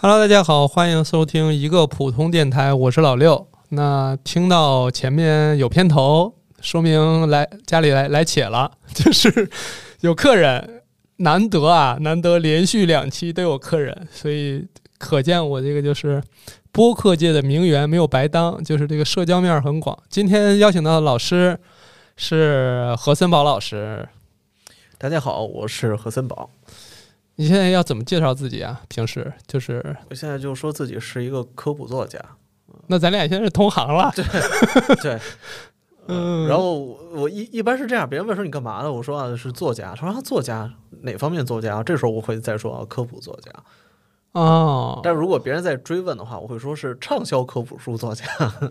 Hello， 大家好，欢迎收听一个普通电台，我是老六。那听到前面有片头，说明家里来且了，就是有客人，难得连续2期都有客人，所以可见我这个就是播客界的名媛没有白当，就是这个社交面很广。今天邀请到的老师是何森宝老师。 大家好，我是何森宝。 你现在要怎么介绍自己啊？平时就是我现在就说自己是一个科普作家。 那咱俩现在是同行了。 对。然后我一般是这样，别人问说你干嘛的，我说啊是作家。他说作家哪方面作家？这时候我会再说科普作家。 哦。 但如果别人在追问的话，我会说是畅销科普书作家。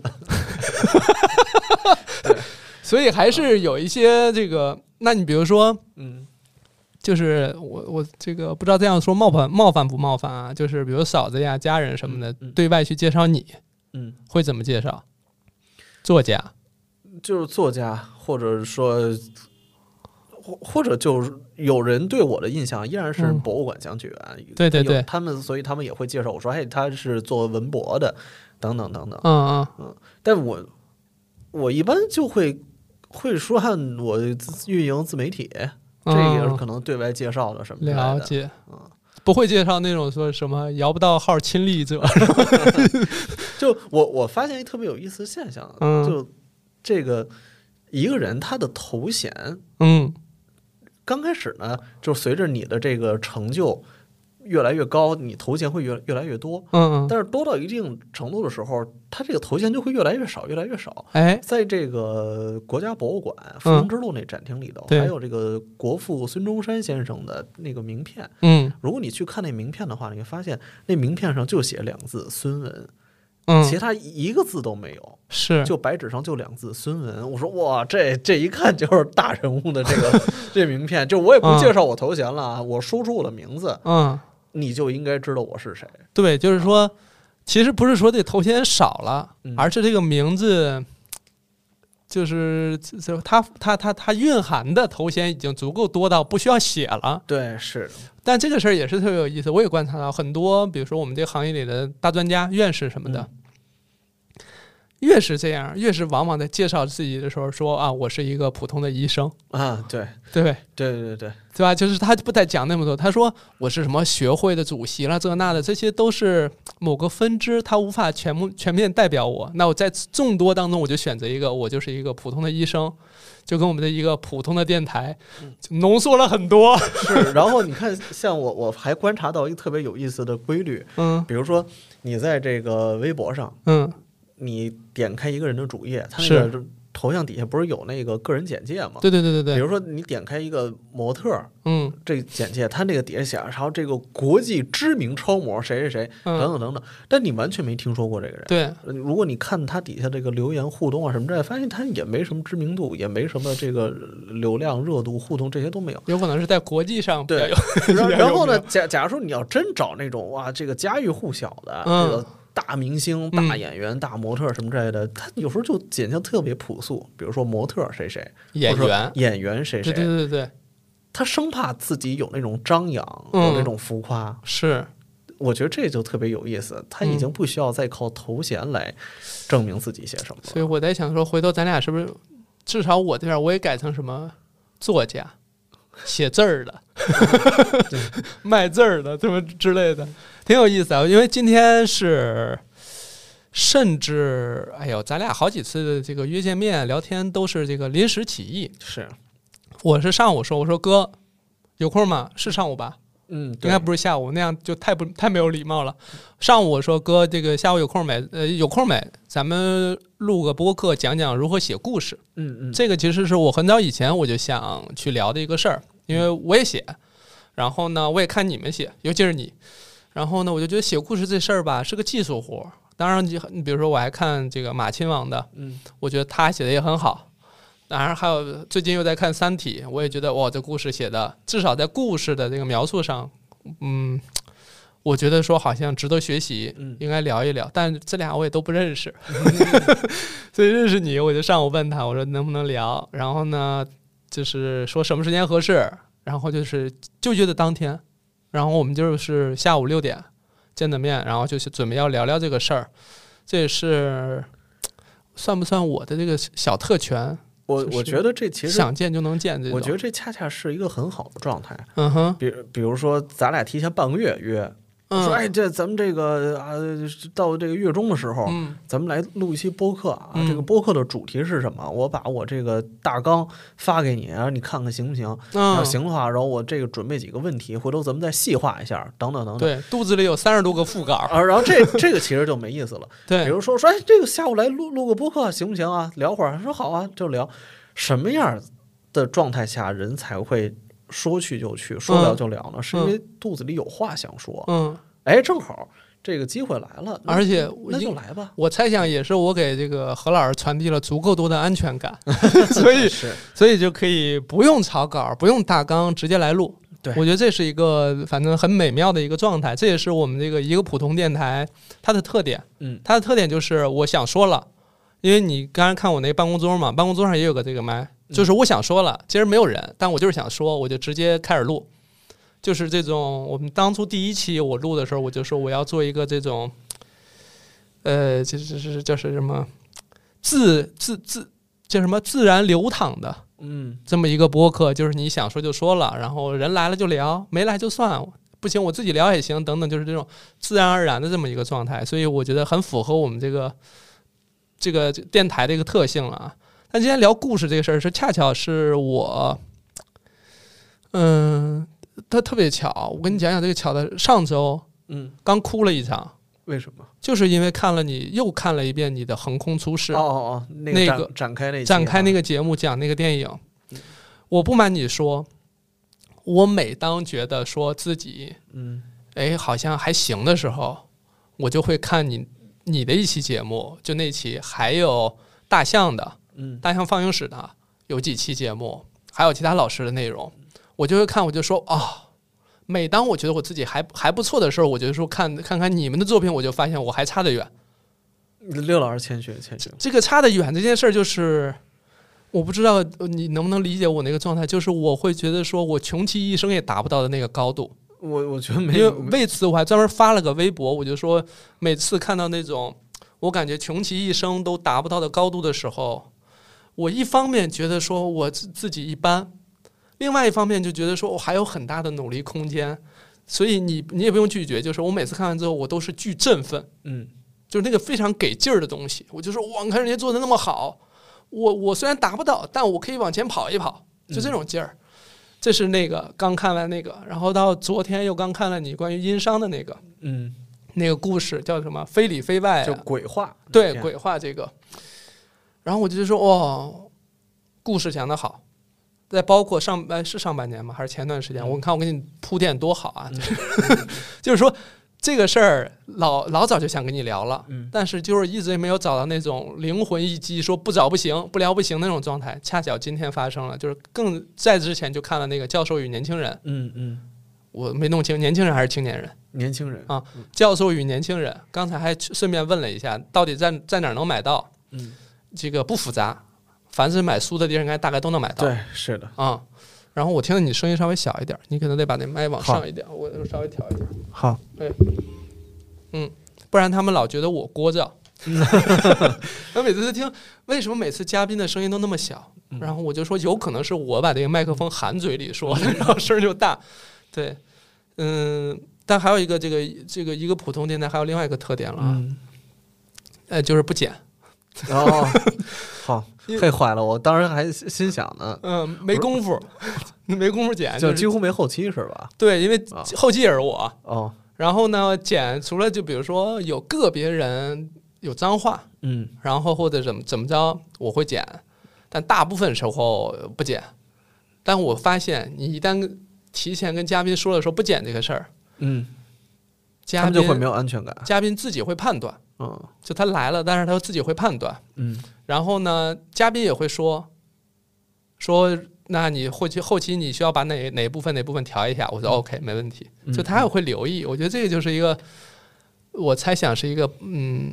对，所以还是有一些这个，那你比如说，就是我这个不知道这样说冒犯不冒犯啊？就是比如嫂子呀、家人什么的，对外去介绍你，会怎么介绍？作家， 就是作家，或者说，或者就是有人对我的印象依然是博物馆讲解员， 对对对， 所以他们也会介绍我说，嘿，他是做文博的，等等等等，但我一般就会说我运营自媒体。这也是可能对外介绍的什么之类的。 了解，不会介绍那种说什么摇不到号亲历者。 就我发现一特别有意思的现象，就这个一个人他的头衔，刚开始呢，就随着你的这个成就越来越高，你头衔会越来越多，但是多到一定程度的时候，他这个头衔就会越来越少，越来越少。在这个国家博物馆复兴之路那展厅里头，还有这个国父孙中山先生的那个名片，如果你去看那名片的话，你会发现那名片上就写2字孙文，其他一个字都没有，就白纸上就2字孙文。我说哇，这一看就是大人物的这名片，就我也不介绍我头衔了，我输出我的名字，你就应该知道我是谁。 对，就是说，其实不是说这头衔少了，而是这个名字，就是它蕴含的头衔已经足够多到不需要写了。 对，是。 但这个事儿也是特别有意思，我也观察到很多，比如说我们这个行业里的大专家、院士什么的。越是这样，越是往往在介绍自己的时候说啊，我是一个普通的医生啊，对吧？就是他不再讲那么多，他说我是什么学会的主席了，这那的，这些都是某个分支，他无法全面代表我。那我在众多当中，我就选择一个，我就是一个普通的医生，就跟我们的一个普通的电台，就浓缩了很多。 是，然后你看，像我还观察到一个特别有意思的规律，比如说你在这个微博上，你点开一个人的主页，他那个头像底下不是有那个个人简介吗？ 对。 比如说你点开一个模特，这简介他那个底下写，然后这个国际知名超模谁等等等等，但你完全没听说过这个人。 对， 如果你看他底下这个留言互动啊什么之类的，发现他也没什么知名度，也没什么这个流量热度互动，这些都没有。 有可能是在国际上比较有。 然后呢，假如说你要真找那种哇，这个家喻户晓的这个大明星、大演员、大模特什么之类的，他有时候就简直特别朴素。比如说模特谁，演员谁， 对， 他生怕自己有那种张扬，有那种浮夸。 是， 我觉得这就特别有意思。他已经不需要再靠头衔来证明自己写什么了。 所以我在想说，回头咱俩是不是至少我这边我也改成什么作家？写字儿的卖字儿的什么之类的，挺有意思啊。因为今天是甚至咱俩好几次的这个约见面聊天都是这个临时起意。 是， 我是上午说，我说哥有空吗？是上午吧？ 应该不是下午，那样就太没有礼貌了。上午我说哥，这个下午有空没？有空没？咱们录个播客，讲讲如何写故事。这个其实是我很早以前我就想去聊的一个事儿，因为我也写，然后呢，我也看你们写，尤其是你，然后呢，我就觉得写故事这事儿吧是个技术活。当然，你比如说我还看这个马亲王的，我觉得他写的也很好。当然还有最近又在看《三体》，我也觉得哇，这故事写的至少在故事的这个描述上，我觉得说好像值得学习，应该聊一聊。但这俩我也都不认识，所以认识你，我就上午问他，我说能不能聊？然后呢，就是说什么时间合适，然后就约的当天，然后我们就是下午6点见的面，然后就是准备要聊聊这个事儿，这也是算不算我的这个小特权？ 我觉得这其实想见就能见， 我觉得这恰恰是一个很好的状态。比如说咱俩提前半个月约。说哎，咱们这个到这个月中的时候，咱们来录一期播客啊。这个播客的主题是什么？我把我这个大纲发给你，然后你看看行不行？要行的话，然后我这个准备几个问题，回头咱们再细化一下，等等等等。 对，肚子里有30多个副稿然后这个其实就没意思了。 对， 比如说哎，这个下午来录个播客行不行啊？聊会儿，说好啊，就聊。什么样的状态下人才会说去就去，说聊就聊呢？是因为肚子里有话想说。哎，正好这个机会来了， 而且那就来吧。 我猜想也是我给这个何老师传递了足够多的安全感，所以就可以不用草稿，不用大纲，直接来录。 对， 我觉得这是一个反正很美妙的一个状态，这也是我们这个一个普通电台它的特点。它的特点就是我想说了，因为你刚才看我那办公桌嘛，办公桌上也有个这个麦，就是我想说了，其实没有人，但我就是想说，我就直接开始录。就是这种，我们当初第1期我录的时候，我就说我要做一个这种，就是叫什么叫什么自然流淌的，这么一个播客，就是你想说就说了，然后人来了就聊，没来就算，不行我自己聊也行，等等，就是这种自然而然的这么一个状态，所以我觉得很符合我们这个电台的一个特性了啊。但今天聊故事这个事儿，是恰巧是我，它特别巧，我跟你讲讲这个巧的。上周，刚哭了一场。 为什么？ 就是因为又看了一遍你的《横空出世》。那个展开那个节目讲那个电影。我不瞒你说，我每当觉得说自己，好像还行的时候，我就会看你的一期节目，就那期，还有大象的，大象放映室的有几期节目，还有其他老师的内容。我就会看，我就说每当我觉得我自己还不错的时候，我就说看看你们的作品，我就发现我还差得远。 刘老师谦虚。 这个差得远这件事，就是我不知道你能不能理解我那个状态，就是我会觉得说我穷其一生也达不到的那个高度。 我觉得没有， 因为为此我还专门发了个微博，我就说每次看到那种我感觉穷其一生都达不到的高度的时候，我一方面觉得说我自己一般。另外一方面就觉得说我还有很大的努力空间，所以你也不用拒绝，就是我每次看完之后我都是巨振奋，就是那个非常给劲儿的东西，我就说哇，你看人家做的那么好，我虽然达不到，但我可以往前跑一跑，就这种劲儿。这是那个刚看完那个，然后到昨天又刚看了你关于殷商的那个，那个故事叫什么？非里非外， 就鬼话， 对，鬼话这个。然后我就说故事讲得好。再包括是上半年吗？还是前段时间？我看我给你铺垫多好啊！就是说这个事儿老早就想跟你聊了，但是就是一直也没有找到那种灵魂一击，说不找不行，不聊不行那种状态。恰巧今天发生了，就是更在之前就看了那个《教授与年轻人》。我没弄清年轻人还是青年人？ 年轻人啊，《教授与年轻人》。刚才还顺便问了一下，到底在哪儿能买到？这个不复杂。凡是买书的地方应该大概都能买到。 对，是的然后我听到你声音稍微小一点，你可能得把那麦往上一点，我稍微调一点。 好， 对，不然他们老觉得我聒噪。我每次听为什么每次嘉宾的声音都那么小，然后我就说有可能是我把这个麦克风含嘴里说，然后声就大。对，但还有一个这个一个普通电台还有另外一个特点了，就是不剪。 好，嘿坏了，我当时还心想呢， 没功夫剪， 就几乎没后期是吧？ 对，因为后期也是我然后呢，剪除了就比如说有个别人有脏话，然后或者怎么着，我会剪，但大部分时候不剪。但我发现，你一旦提前跟嘉宾说了说不剪这个事儿， 他们就会没有安全感， 嘉宾自己会判断。就他来了，但是他自己会判断，然后呢，嘉宾也会说，那你后期你需要把哪部分调一下，我说 OK 没问题，就他也会留意，我觉得这个就是一个，我猜想是一个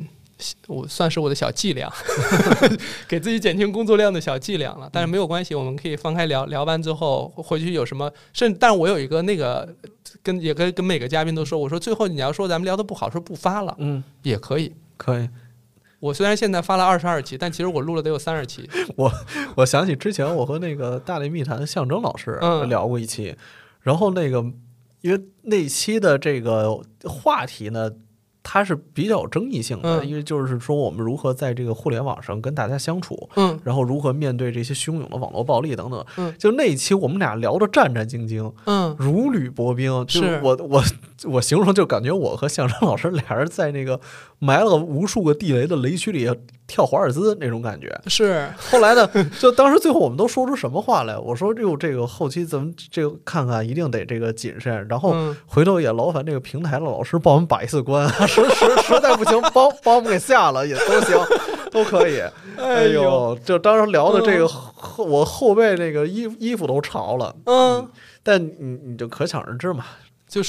我算是我的小伎俩，给自己减轻工作量的小伎俩了。但是没有关系，我们可以放开聊，聊完之后回去有什么，但是我有一个那个跟每个嘉宾都说，我说最后你要说咱们聊的不好，说不发了，也可以， 可以。 我虽然现在发了22期，但其实我录了得有30期。 我想起之前我和那个大内密谈的象征老师聊过一期，然后那个因为那期的这个话题呢，它是比较有争议性的，因为就是说我们如何在这个互联网上跟大家相处，然后如何面对这些汹涌的网络暴力等等，就那一期我们俩聊得战战兢兢，如履薄冰，就我形容就感觉我和象征老师俩人在那个埋了无数个地雷的雷区里跳华尔兹那种感觉。 是后来呢，就当时最后我们都说出什么话来？我说这个后期咱们这个看看，一定得这个谨慎，然后回头也劳烦这个平台的老师帮我们把一次关，实在不行帮我们给下了也都行，都可以。哎呦，就当时聊的这个，我后背那个衣服都潮了。但你就可想而知嘛， 就是。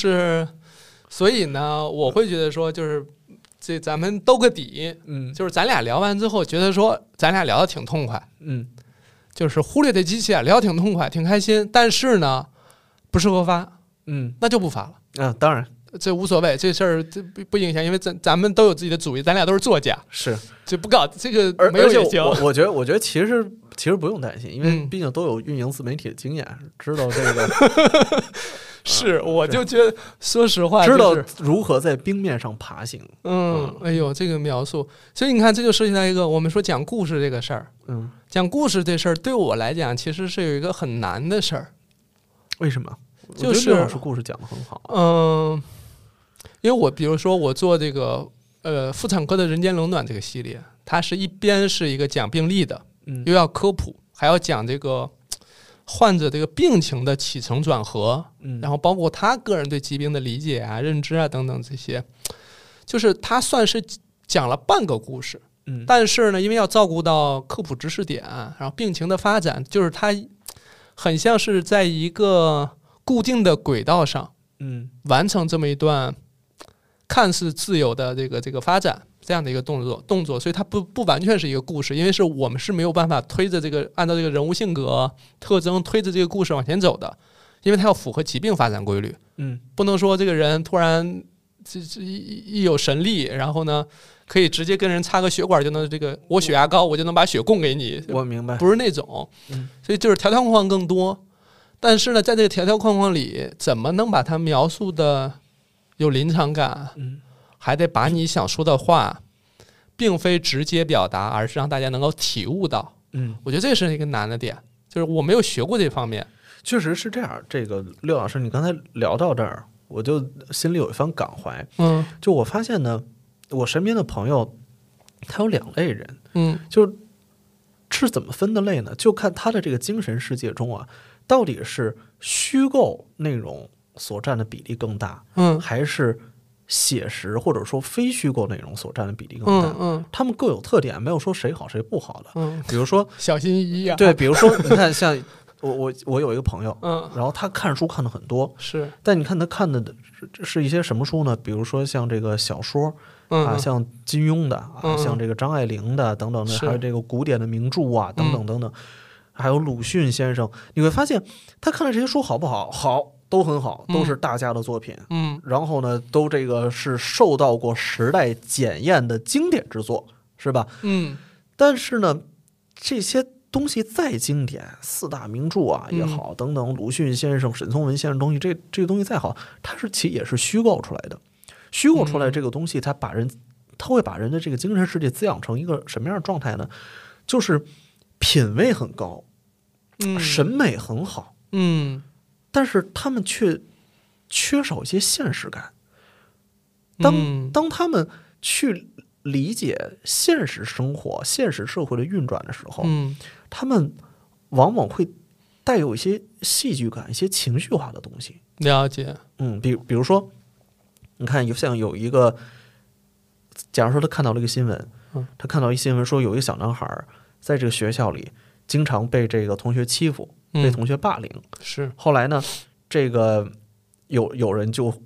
所以呢，我会觉得说，就是这咱们兜个底，就是咱俩聊完之后，觉得说咱俩聊得挺痛快，就是忽略的机器聊得挺痛快，挺开心，但是呢，不适合发，那就不发了。 当然， 这无所谓，这事儿这不影响，因为咱们都有自己的主意，咱俩都是作家， 是就不搞这个没有也行。 我觉得其实不用担心，因为毕竟都有运营自媒体的经验，知道这个。 是，我就觉得，说实话， 知道如何在冰面上爬行。 哎呦，这个描述，所以你看，这就涉及到一个我们说讲故事这个事儿。讲故事这事儿对我来讲，其实是有一个很难的事儿。 为什么？ 就是刘老师故事讲得很好。 因为我比如说我做这个妇产科的人间冷暖这个系列，它是一边是一个讲病例的，又要科普，还要讲这个。患者这个病情的起承转合，然后包括他个人对疾病的理解啊、认知啊等等这些，就是他算是讲了半个故事。但是呢，因为要照顾到科普知识点，然后病情的发展，就是他很像是在一个固定的轨道上，完成这么一段看似自由的这个发展。这样的一个动作，所以它不完全是一个故事，因为我们是没有办法推着这个按照这个人物性格特征推着这个故事往前走的，因为它要符合疾病发展规律。不能说这个人突然一有神力，然后呢可以直接跟人插个血管就能我血压高我就能把血供给你。 我明白， 不是那种。所以就是条条框框更多，但是呢，在这个条条框框里，怎么能把它描述的有临场感？还得把你想说的话，并非直接表达，而是让大家能够体悟到。我觉得这是一个难的点，就是我没有学过这方面。 确实是这样。这个刘老师，你刚才聊到这儿，我就心里有一番感怀。就我发现呢，我身边的朋友，他有2类人。就是怎么分的类呢？就看他的这个精神世界中啊，到底是虚构内容所占的比例更大，还是写实或者说非虚构内容所占的比例更大。他们各有特点，没有说谁好谁不好的。比如说小心翼翼啊。 对，比如说你看，像我有一个朋友，然后他看书看的很多， 是， 但你看他看的是一些什么书呢？比如说像这个小说像金庸的像这个张爱玲的等等的，还有这个古典的名著啊等等等等，还有鲁迅先生。你会发现他看的这些书好不好？好。都很好，都是大家的作品。然后呢，都这个是受到过时代检验的经典之作，是吧？但是呢，这些东西再经典，4大名著啊也好，等等，鲁迅先生、沈从文先生东西，这个东西再好，它其实也是虚构出来的。虚构出来这个东西，它会把人的这个精神世界滋养成一个什么样的状态呢？就是品味很高，审美很好，但是他们却缺少一些现实感。当他们去理解现实生活、现实社会的运转的时候，他们往往会带有一些戏剧感、一些情绪化的东西。 了解。 比如说，你看，像有一个，假如说他看到了一个新闻，他看到一新闻说有一个小男孩在这个学校里经常被这个同学欺负。被同学霸凌。 是。 后来呢，这个有人就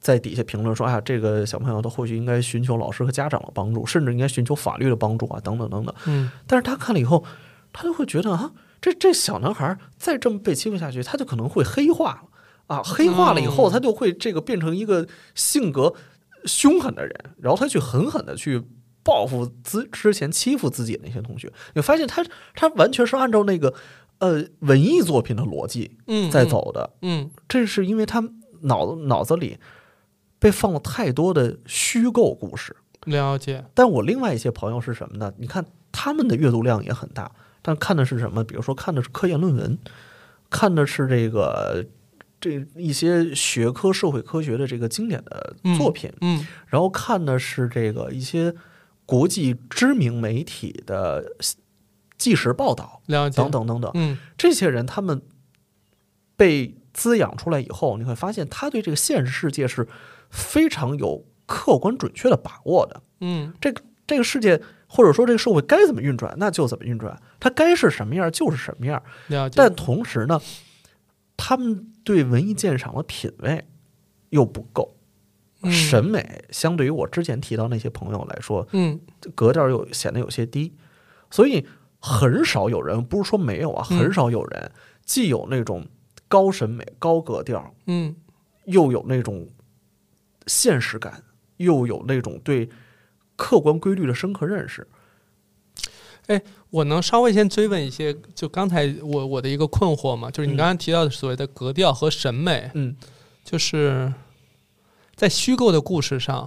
在底下评论说，哎呀，这个小朋友他或许应该寻求老师和家长的帮助，甚至应该寻求法律的帮助啊，等等等等。但是他看了以后，他就会觉得啊，这小男孩再这么被欺负下去，他就可能会黑化了啊，黑化了以后，他就会这个变成一个性格凶狠的人，然后他去狠狠的去报复之前欺负自己的那些同学。你发现他完全是按照那个文艺作品的逻辑在走的。这是因为他脑子里被放了太多的虚构故事。 了解。 但我另外一些朋友是什么呢？你看他们的阅读量也很大，但看的是什么？比如说看的是科研论文，看的是这一些学科社会科学的这个经典的作品，然后看的是这个一些国际知名媒体的纪实报道，等等等等。这些人他们被滋养出来以后，你会发现他对这个现实世界是非常有客观准确的把握的。这个世界或者说这个社会该怎么运转，那就怎么运转，它该是什么样就是什么样。但同时呢，他们对文艺鉴赏的品味又不够，审美相对于我之前提到那些朋友来说，格调又显得有些低，所以很少有人，不是说没有啊，很少有人既有那种高审美、高格调，又有那种现实感，又有那种对客观规律的深刻认识。 哎，我能稍微先追问一些，就刚才我的一个困惑嘛，就是你刚刚提到的所谓的格调和审美，就是在虚构的故事上，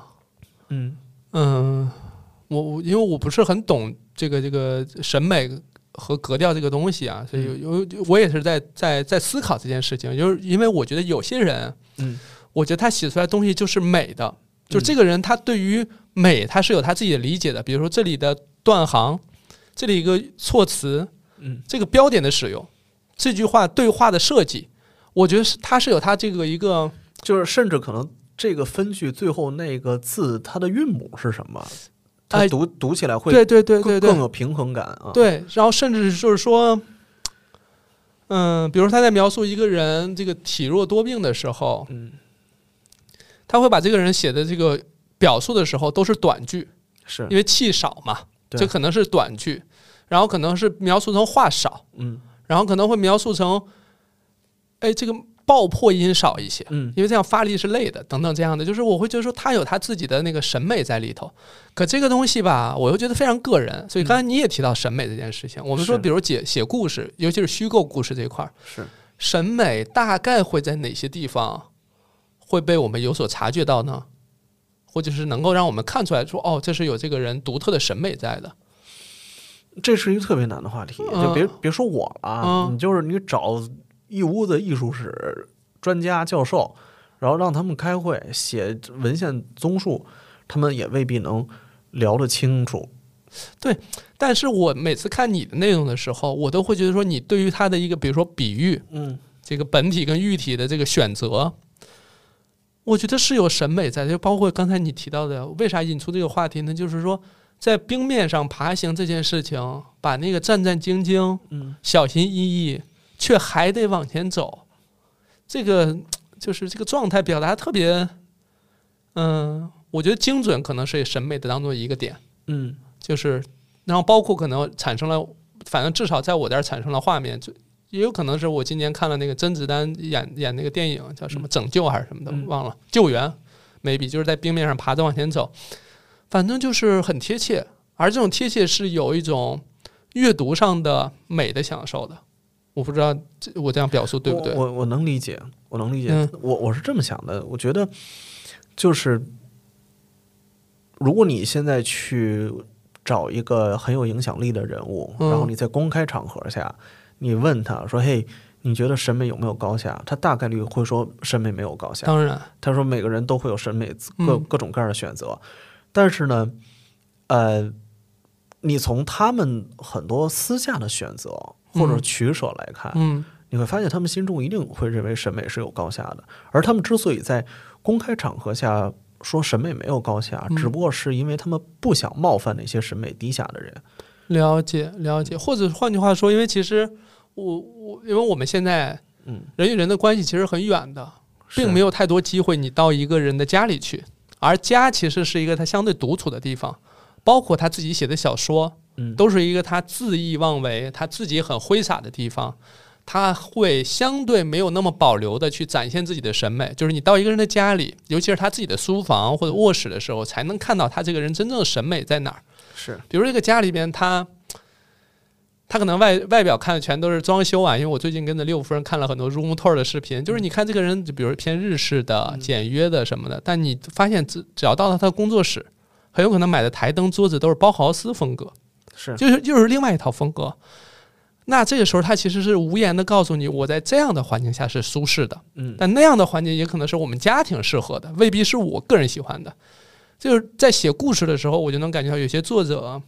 我因为我不是很懂这个审美和格调这个东西啊，所以我也是在思考这件事情，就是因为我觉得有些人，我觉得他写出来的东西就是美的，就这个人他对于美他是有他自己的理解的，比如说这里的断行。这里一个措辞，这个标点的使用，这句话对话的设计，我觉得它是有它这个一个， 就是甚至可能这个分句最后那个字它的韵母是什么，它读起来会对更有平衡感啊。 对，然后甚至就是说，比如他在描述一个人这个体弱多病的时候，他会把这个人写的这个表述的时候都是短句， 是因为气少嘛。就可能是短句，然后可能是描述成话少，然后可能会描述成，这个爆破音少一些，因为这样发力是累的，等等这样的，就是我会觉得说他有他自己的那个审美在里头，可这个东西吧，我又觉得非常个人，所以刚才你也提到审美这件事情，我们说比如写故事，尤其是虚构故事这一块，审美大概会在哪些地方会被我们有所察觉到呢？或者是能够让我们看出来说，哦，这是有这个人独特的审美在的。 这是一个特别难的话题，就别说我了，你找一屋子艺术史专家教授，然后让他们开会写文献综述，他们也未必能聊得清楚。 对，但是我每次看你的内容的时候，我都会觉得说，你对于他的一个比如说比喻，这个本体跟喻体的这个选择，我觉得是有审美在，就包括刚才你提到的，为啥引出这个话题呢？就是说，在冰面上爬行这件事情，把那个战战兢兢、小心翼翼，却还得往前走，这个就是这个状态表达特别，我觉得精准可能是审美的当中一个点，就是，然后包括可能产生了，反正至少在我这儿产生了画面。也有可能是我今年看了那个甄子丹演那个电影叫什么拯救还是什么的，忘了，救援 maybe 就是在冰面上爬着往前走，反正就是很贴切，而这种贴切是有一种阅读上的美的享受的。我不知道我这样表述对不对？ 我能理解，我是这么想的，我觉得就是如果你现在去找一个很有影响力的人物，然后你在公开场合下你问他说，嘿，你觉得审美有没有高下？他大概率会说审美没有高下。 当然， 他说每个人都会有审美各种各样的选择，但是呢，你从他们很多私下的选择或者取舍来看，你会发现他们心中一定会认为审美是有高下的，而他们之所以在公开场合下说审美没有高下，只不过是因为他们不想冒犯那些审美低下的人。 了解，或者换句话说，因为其实因为我们现在人与人的关系其实很远的， 并没有太多机会你到一个人的家里去，而家其实是一个他相对独处的地方，包括他自己写的小说，都是一个他恣意妄为，他自己很挥洒的地方。他会相对没有那么保留的去展现自己的审美，就是你到一个人的家里，尤其是他自己的书房或者卧室的时候，才能看到他这个人真正的审美在哪儿。 是， 比如这个家里边，他可能外表看的全都是装修啊，因为我最近跟着六夫人看了很多 room tour 的视频，就是你看这个人，就比如偏日式的、简约的什么的，但你发现只要到了他的工作室，很有可能买的台灯、桌子都是包豪斯风格，就是另外一套风格。那这个时候他其实是无言的告诉你，我在这样的环境下是舒适的，但那样的环境也可能是我们家庭适合的，未必是我个人喜欢的。就是在写故事的时候，我就能感觉到有些作者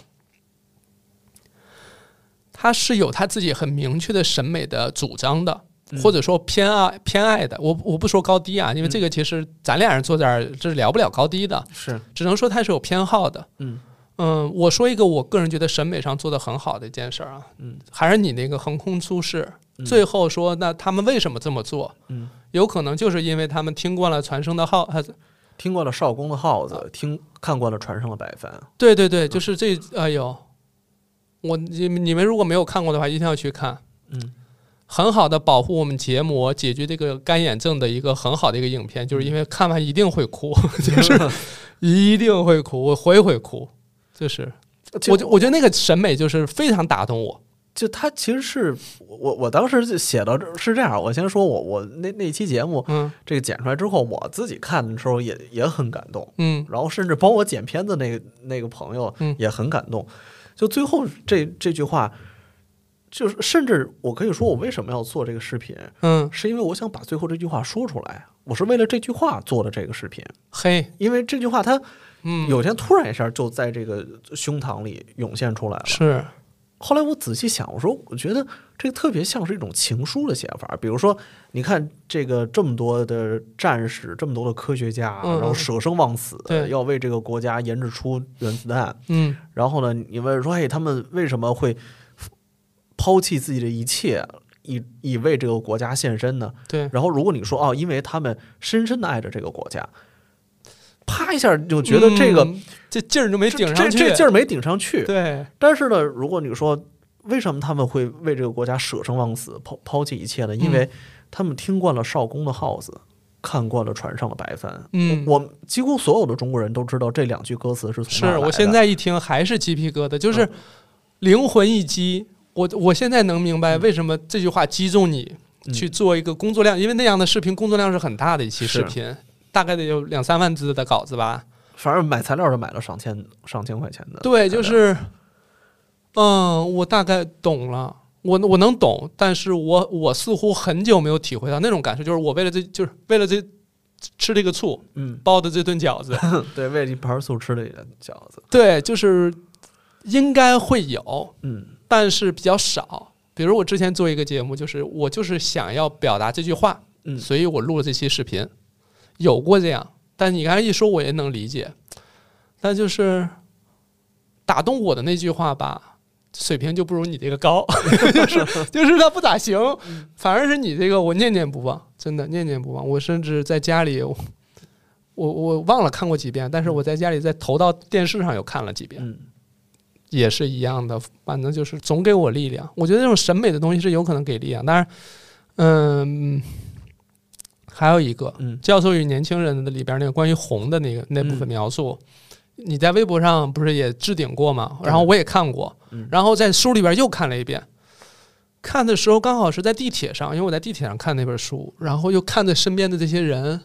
他是有他自己很明确的审美的主张的，或者说偏爱的。我不说高低啊，因为这个其实咱俩人坐这儿这是聊不了高低的， 是只能说他是有偏好的。我说一个我个人觉得审美上做得很好的一件事啊，还是你那个横空出世，最后说那他们为什么这么做？有可能就是因为他们听惯了传声的号， 听过了少公的号子，看过了传声的白帆。 对对对，就是这，哎呦，你们如果没有看过的话，一定要去看。很好的保护我们结膜、解决这个干眼症的一个很好的一个影片，就是因为看完一定会哭，就是一定会哭，我会哭。就是我觉得那个审美就是非常打动我。 就他其实是我当时就写到是这样，我先说我那期节目，这个剪出来之后，我自己看的时候也很感动，然后甚至帮我剪片子那个朋友也很感动。就最后这句话，就是甚至我可以说我为什么要做这个视频，是因为我想把最后这句话说出来，我是为了这句话做的这个视频。 嘿， 因为这句话它有天突然一下就在这个胸膛里涌现出来了。 是。 后来我仔细想，我觉得这个特别像是一种情书的写法。比如说，你看这么多的战士，这么多的科学家，然后舍生忘死，要为这个国家研制出原子弹。然后呢，你问说，他们为什么会抛弃自己的一切，以为这个国家献身呢？ 对。 然后如果你说因为他们深深的爱着这个国家。啪一下就觉得这劲儿就没顶上去， 这劲儿没顶上去。 对， 但是呢，如果你说为什么他们会为这个国家舍生忘死、抛弃一切呢？因为他们听惯了少公的号子，看惯了船上的白帆。我几乎所有的中国人都知道这两句歌词是从哪来的。 是我现在一听还是鸡皮疙瘩，就是灵魂一击。我现在能明白为什么这句话击中你去做一个工作量，因为那样的视频工作量是很大的一期视频。大概得有2-3万字的稿子吧， 反正买材料就买了上千块钱的。 对，就是，我大概懂了，我能懂，但是我似乎很久没有体会到那种感受，就是我为了这吃这个醋，包的这顿饺子， 对，为了一盘醋吃的饺子， 对，就是应该会有，但是比较少。比如我之前做一个节目，就是我就是想要表达这句话，所以我录了这期视频。有过这样，但你刚才一说我也能理解，但就是打动我的那句话吧，水平就不如你这个高，就是它不咋行，反而是你这个我念念不忘，真的念念不忘。我甚至在家里，我忘了看过几遍，但是我在家里再投到电视上又看了几遍，也是一样的，反正就是总给我力量。我觉得这种审美的东西是有可能给力量，当然，还有一个《教授与年轻人》的里边那个关于红的那部分描述，你在微博上不是也置顶过吗？然后我也看过，然后在书里边又看了一遍。看的时候刚好是在地铁上，因为我在地铁上看那本书，然后又看着身边的这些人，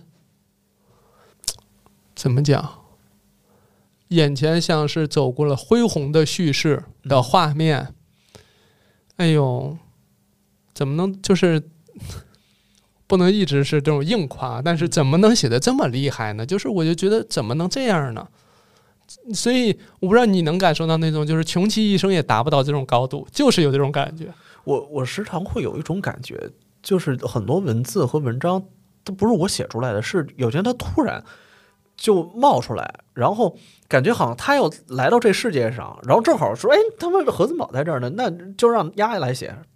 怎么讲？眼前像是走过了恢宏的叙事的画面，哎呦，怎么能就是不能一直是这种硬夸，但是怎么能写得这么厉害呢？就是我就觉得怎么能这样呢？所以我不知道你能感受到那种就是穷其一生也达不到这种高度，就是有这种感觉。 我时常会有一种感觉，就是很多文字和文章都不是我写出来的，是有些人他突然就冒出来，然后感觉好像他要来到这世界上，然后正好说，他们何森堡在这儿呢，那就让丫来写。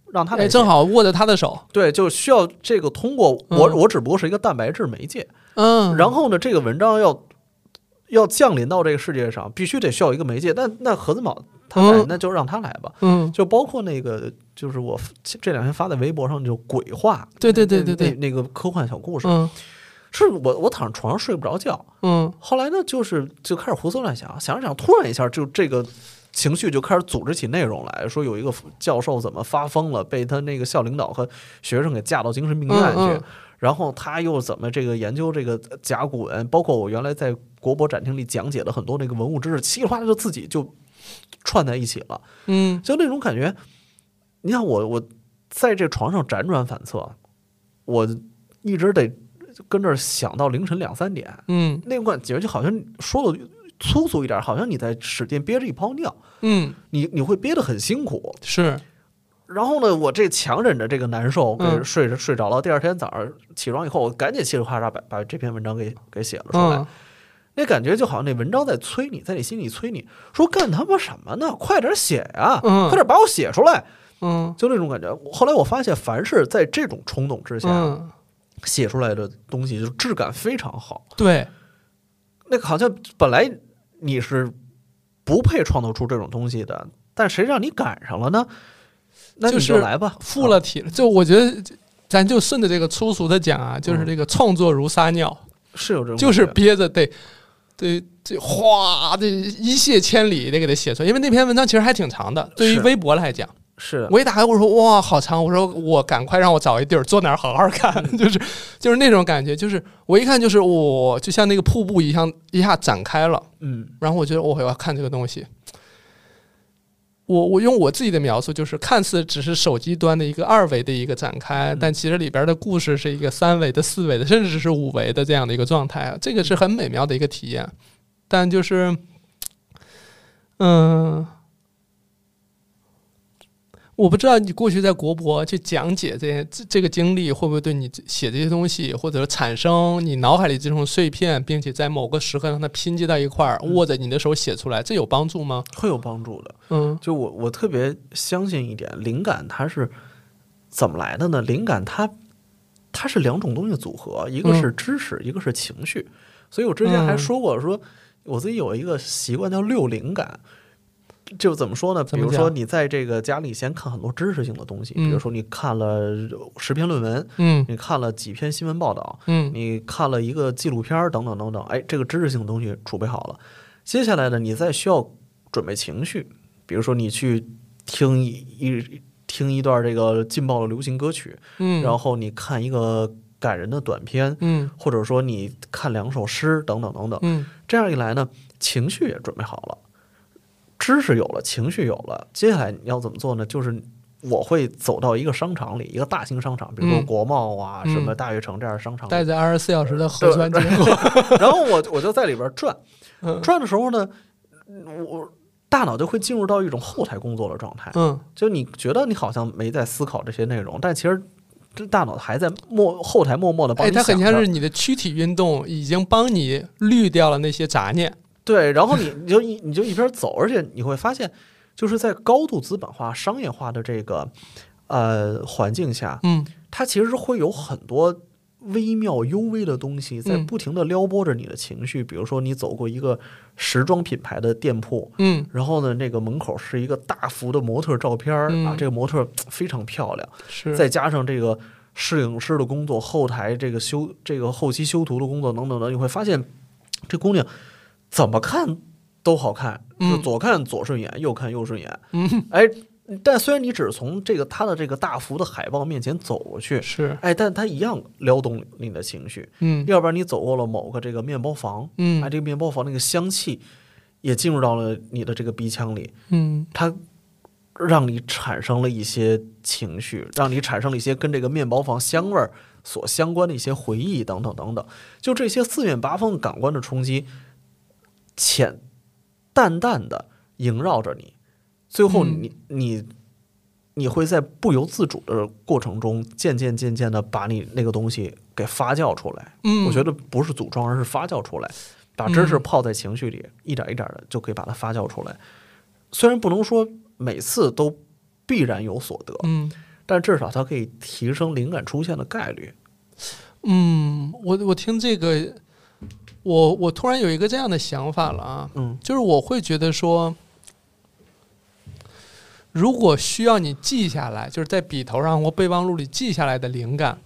让他来写， 正好握着他的手。 对，就需要这个通过我只不过是一个蛋白质媒介。然后呢，这个文章要降临到这个世界上，必须得需要一个媒介。那何子宝他来，那就让他来吧。就包括那个，就是我这两天发在微博上，就鬼话， 对， 那个科幻小故事。是我躺上床上睡不着觉。后来呢，就开始胡思乱想，想着想，突然一下就这个情绪就开始组织起内容来，说有一个教授怎么发疯了，被他那个校领导和学生给架到精神病院去。然后他又怎么这个研究这个甲骨文，包括我原来在国博展厅里讲解了很多那个文物知识，稀里哗啦就自己就串在一起了。就那种感觉，你看我在这床上辗转反侧，我一直得跟这儿想到凌晨2、3点。那种感觉就好像说的粗俗一点，好像你在使劲憋着一泡尿。你会憋得很辛苦。 是。 然后呢，我这强忍着这个难受，给睡着了。第二天早上起床以后，我赶紧稀里哗啦把这篇文章给写了出来。那感觉就好像那文章在催你，在你心里催你说干他妈什么呢？快点写呀！快点把我写出来！就那种感觉。后来我发现，凡是在这种冲动之下写出来的东西，就质感非常好。 对， 那好像本来你是不配创作出这种东西的，但谁让你赶上了呢？那你就来吧， 附了体了。就我觉得，咱就顺着这个粗俗的讲啊，就是这个创作如撒尿， 是有这种， 就是憋着得这哗这一泻千里得给它写出来。因为那篇文章其实还挺长的，对于微博来讲， 是我一打开我说哇好长，我说我赶快让我找一地儿坐那儿好好看，就是那种感觉，就是我一看就是我就像那个瀑布一样一下展开了。然后我觉得我要看这个东西。我用我自己的描述，就是看似只是手机端的一个2维的一个展开，但其实里边的故事是一个3维的、4维的，甚至是5维的这样的一个状态。这个是很美妙的一个体验。但就是，我不知道你过去在国博去讲解这个经历，会不会对你写这些东西，或者产生你脑海里这种碎片，并且在某个时刻让它拼接到一块儿，握着你的手写出来，这有帮助吗？ 会有帮助的。就我特别相信一点，灵感它是怎么来的呢？灵感它是2种东西的组合，一个是知识，一个是情绪。所以我之前还说过，说我自己有一个习惯叫6灵感。就怎么说呢？比如说你在这个家里先看很多知识性的东西，比如说你看了10篇论文，你看了几篇新闻报道，你看了一个纪录片等等等等，哎，这个知识性的东西储备好了。接下来呢，你再需要准备情绪，比如说你去听一段这个劲爆的流行歌曲，然后你看一个感人的短片，或者说你看2首诗等等等等，这样一来呢，情绪也准备好了。知识有了，情绪有了，接下来你要怎么做呢？就是我会走到一个商场里，一个大型商场，比如说国贸啊、什么大悦城这样的商场里， 带着24小时的核酸结果， 然后我就在里边转，转的时候呢，我大脑就会进入到一种后台工作的状态。就你觉得你好像没在思考这些内容，但其实这大脑还在后台默默的帮你想着。 它很像是你的躯体运动已经帮你滤掉了那些杂念。 对，然后你就一边走，而且你会发现，就是在高度资本化、商业化的这个环境下，它其实会有很多微妙幽微的东西在不停的撩拨着你的情绪。比如说，你走过一个时装品牌的店铺，然后呢，那个门口是一个大幅的模特照片啊，这个模特非常漂亮，再加上这个摄影师的工作、后台这个后期修图的工作等等的，你会发现这姑娘怎么看都好看，就左看左顺眼，右看右顺眼。哎，但虽然你只是从它的这个大幅的海报面前走过去，但它一样撩动你的情绪。要不然你走过了某个这个面包房，这个面包房那个香气也进入到了你的这个鼻腔里，它让你产生了一些情绪，让你产生了一些跟这个面包房香味所相关的一些回忆等等等等。就这些四面八方的感官的冲击，淡淡的萦绕着你，最后你会在不由自主的过程中，渐渐的把你那个东西给发酵出来。我觉得不是组装，而是发酵出来，把知识泡在情绪里，一点一点的就可以把它发酵出来。虽然不能说每次都必然有所得， 但至少它可以提升灵感出现的概率。 我听这个，我突然有一个这样的想法了啊，就是我会觉得说，如果需要你记下来，就是在笔头上或备忘录里记下来的灵感，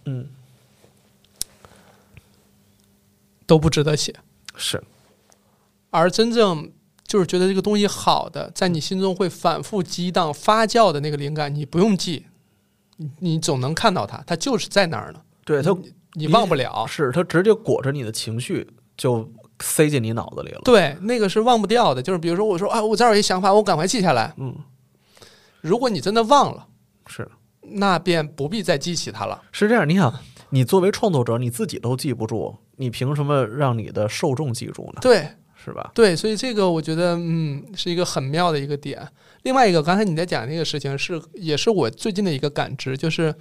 都不值得写。 是， 而真正就是觉得这个东西好的，在你心中会反复激荡发酵的那个灵感，你不用记，你总能看到它就是在那儿呢。 对，它你忘不了， 是它直接裹着你的情绪就塞进你脑子里了。 对，那个是忘不掉的。就是比如说我说啊，我这儿有一想法，我赶快记下来。如果你真的忘了， 是， 那便不必再记起它了。 是这样，你想，你作为创作者，你自己都记不住，你凭什么让你的受众记住呢？ 对， 是吧？ 对，所以这个我觉得是一个很妙的一个点。另外一个，刚才你在讲那个事情也是我最近的一个感知，就是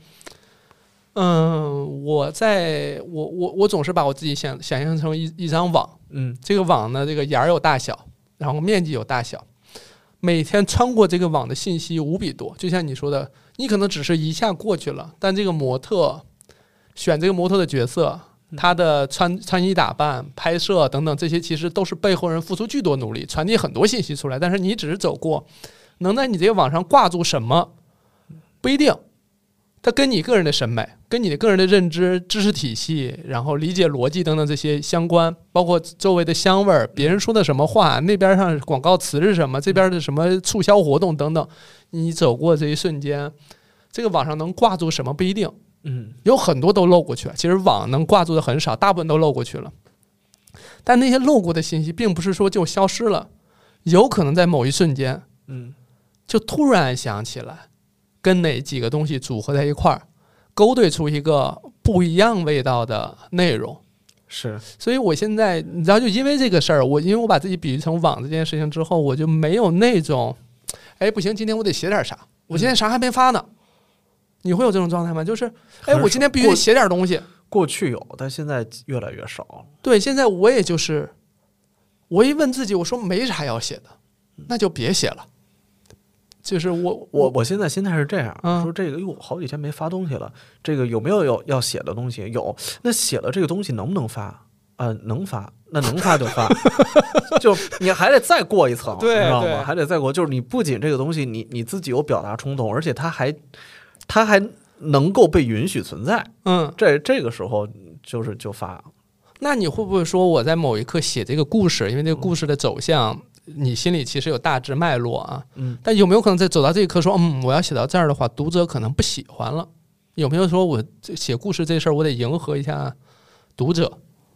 我总是把我自己想象成一张网，这个网呢，这个眼儿有大小，然后面积有大小，每天穿过这个网的信息无比多。就像你说的，你可能只是一下过去了，但这个模特选这个模特的角色，他的穿衣打扮、拍摄等等，这些其实都是背后人付出巨多努力，传递很多信息出来。但是你只是走过，能在你这个网上挂住什么不一定。它跟你个人的审美、跟你的个人的认知、知识体系，然后理解逻辑等等这些相关，包括周围的香味儿、别人说的什么话，那边上广告词是什么，这边的什么促销活动等等，你走过这一瞬间，这个网上能挂住什么不一定，有很多都漏过去了。其实网能挂住的很少，大部分都漏过去了。但那些漏过的信息，并不是说就消失了，有可能在某一瞬间，就突然想起来。跟哪几个东西组合在一块儿，勾兑出一个不一样味道的内容。 是， 所以我现在你知道，就因为这个事儿，因为我把自己比喻成网这件事情之后，我就没有那种，不行，今天我得写点啥，我今天啥还没发呢。你会有这种状态吗？就是，我今天必须得写点东西。 过去有，但现在越来越少。 对，现在我也就是，我一问自己，我说没啥要写的，那就别写了。就是我现在心态是这样，说这个好几天没发东西了，这个有没有要写的东西？有，那写了这个东西能不能发？能发，那能发就发，就你还得再过一层， 对， 知道吗？还得再过，就是你不仅这个东西你自己有表达冲动，而且它还能够被允许存在，这个时候就发。 那你会不会说我在某一刻写这个故事，因为这个故事的走向？你心里其实有大致脉络啊，但有没有可能在走到这一刻说，我要写到这儿的话，读者可能不喜欢了？有没有说我写故事这事儿，我得迎合一下读者？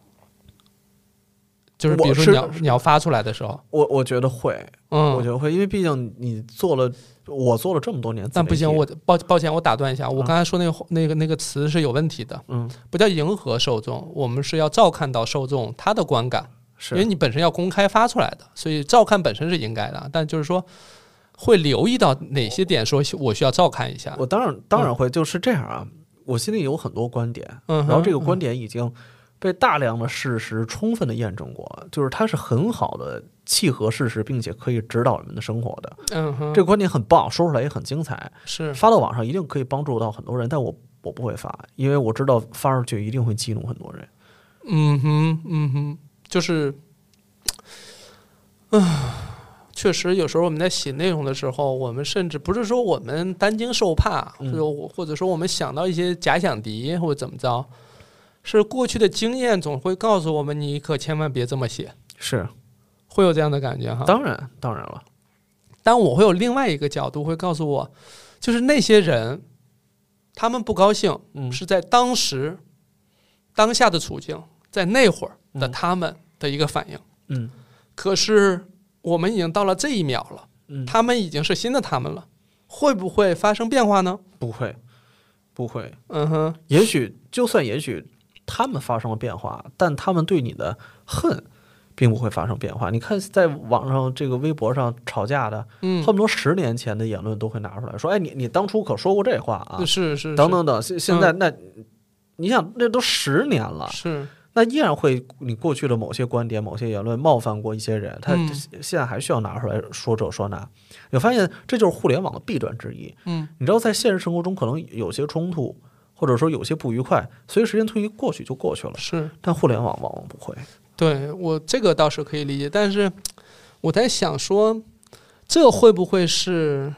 就是比如说你要发出来的时候， 我觉得会，我觉得会，因为毕竟我做了这么多年， 但不行，我抱歉，我打断一下，我刚才说那个词是有问题的，不叫迎合受众，我们是要照看到受众他的观感。因为你本身要公开发出来的，所以照看本身是应该的，但就是说会留意到哪些点，说我需要照看一下。 我当然会，就是这样啊。我心里有很多观点，然后这个观点已经被大量的事实充分的验证过，就是它是很好的契合事实，并且可以指导人们的生活的。这个观点很棒，说出来也很精彩， 是发到网上一定可以帮助到很多人，但我不会发，因为我知道发出去一定会激怒很多人。 就是，确实有时候我们在写内容的时候，我们甚至不是说我们担惊受怕，或者说我们想到一些假想敌或者怎么着，是过去的经验总会告诉我们，你可千万别这么写， 是会有这样的感觉哈。 当然了， 但我会有另外一个角度会告诉我，就是那些人，他们不高兴，是在当下的处境，在那会儿的他们的一个反应，可是我们已经到了这一秒了，他们已经是新的他们了，会不会发生变化呢？ 不会，也许他们发生了变化，但他们对你的恨并不会发生变化。你看，在网上这个微博上吵架的，恨不得10年前的言论都会拿出来说，你当初可说过这话啊， 是等等等，现在那你想，那都10年了， 是。 那依然会你过去的某些观点、某些言论冒犯过一些人，他现在还需要拿出来说这说那。你发现这就是互联网的弊端之一。你知道在现实生活中可能有些冲突，或者说有些不愉快，随着时间推移过去就过去了。 是， 但互联网往往不会。 对，我这个倒是可以理解，但是我在想说，这会不会是，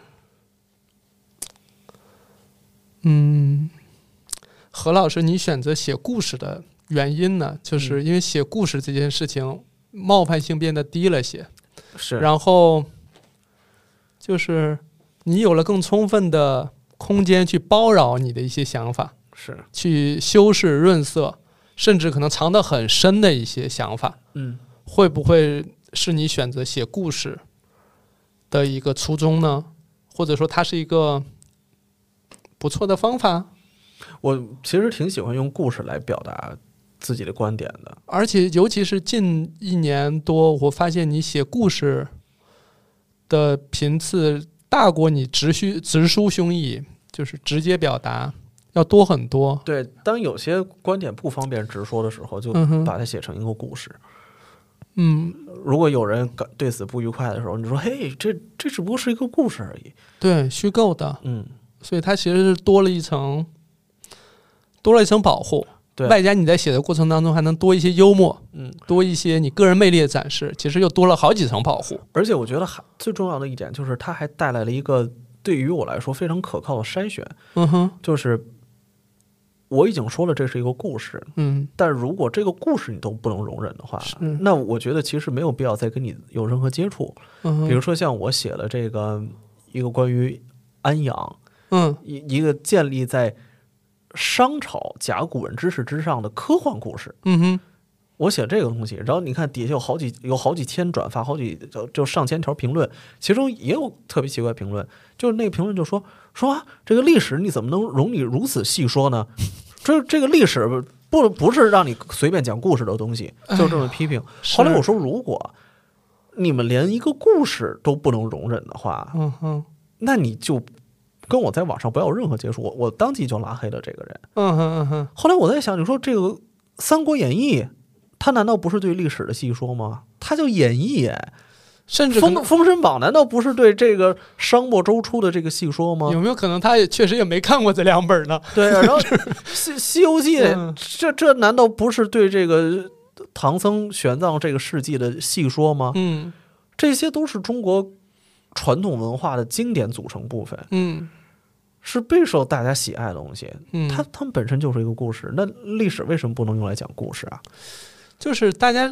何老师你选择写故事的原因呢？就是因为写故事这件事情冒犯性变得低了些， 是， 然后就是你有了更充分的空间去包容你的一些想法， 是， 去修饰润色，甚至可能藏得很深的一些想法，会不会是你选择写故事的一个初衷呢？或者说它是一个不错的方法？ 我其实挺喜欢用故事来表达自己的观点的， 而且尤其是近1年多，我发现你写故事的频次大过你直抒胸臆，就是直接表达要多很多。 对，当有些观点不方便直说的时候，就把它写成一个故事。如果有人对此不愉快的时候，你说嘿，这只不过是一个故事而已， 对，虚构的，所以它其实是多了一层保护，对，外加你在写的过程当中还能多一些幽默，多一些你个人魅力的展示，其实又多了好几层保护。 而且我觉得最重要的一点就是它还带来了一个对于我来说非常可靠的筛选，就是我已经说了这是一个故事，但如果这个故事你都不能容忍的话，那我觉得其实没有必要再跟你有任何接触。比如说像我写了这个一个关于安阳，一个建立在商朝甲骨文知识之上的科幻故事，我写这个东西，然后你看底下有好几千转发，就上千条评论，其中也有特别奇怪评论，就是那个评论就说这个历史你怎么能容你如此细说呢？这个历史不是让你随便讲故事的东西，就是这么批评。后来我说，如果你们连一个故事都不能容忍的话，那你就跟我在网上不要有任何接触，我当即就拉黑了这个人。后来我在想，你说这个《三国演义》，它难道不是对历史的细说吗？它叫演义，甚至封神榜难道不是对这个商末周初的这个细说吗？ 有没有可能他也确实也没看过这2本呢？ 对啊，然后西游记这难道不是对这个唐僧玄奘这个事迹的细说吗？这些都是中国传统文化的经典组成部分，是备受大家喜爱的东西。它们本身就是一个故事，那历史为什么不能用来讲故事啊？ 就是大家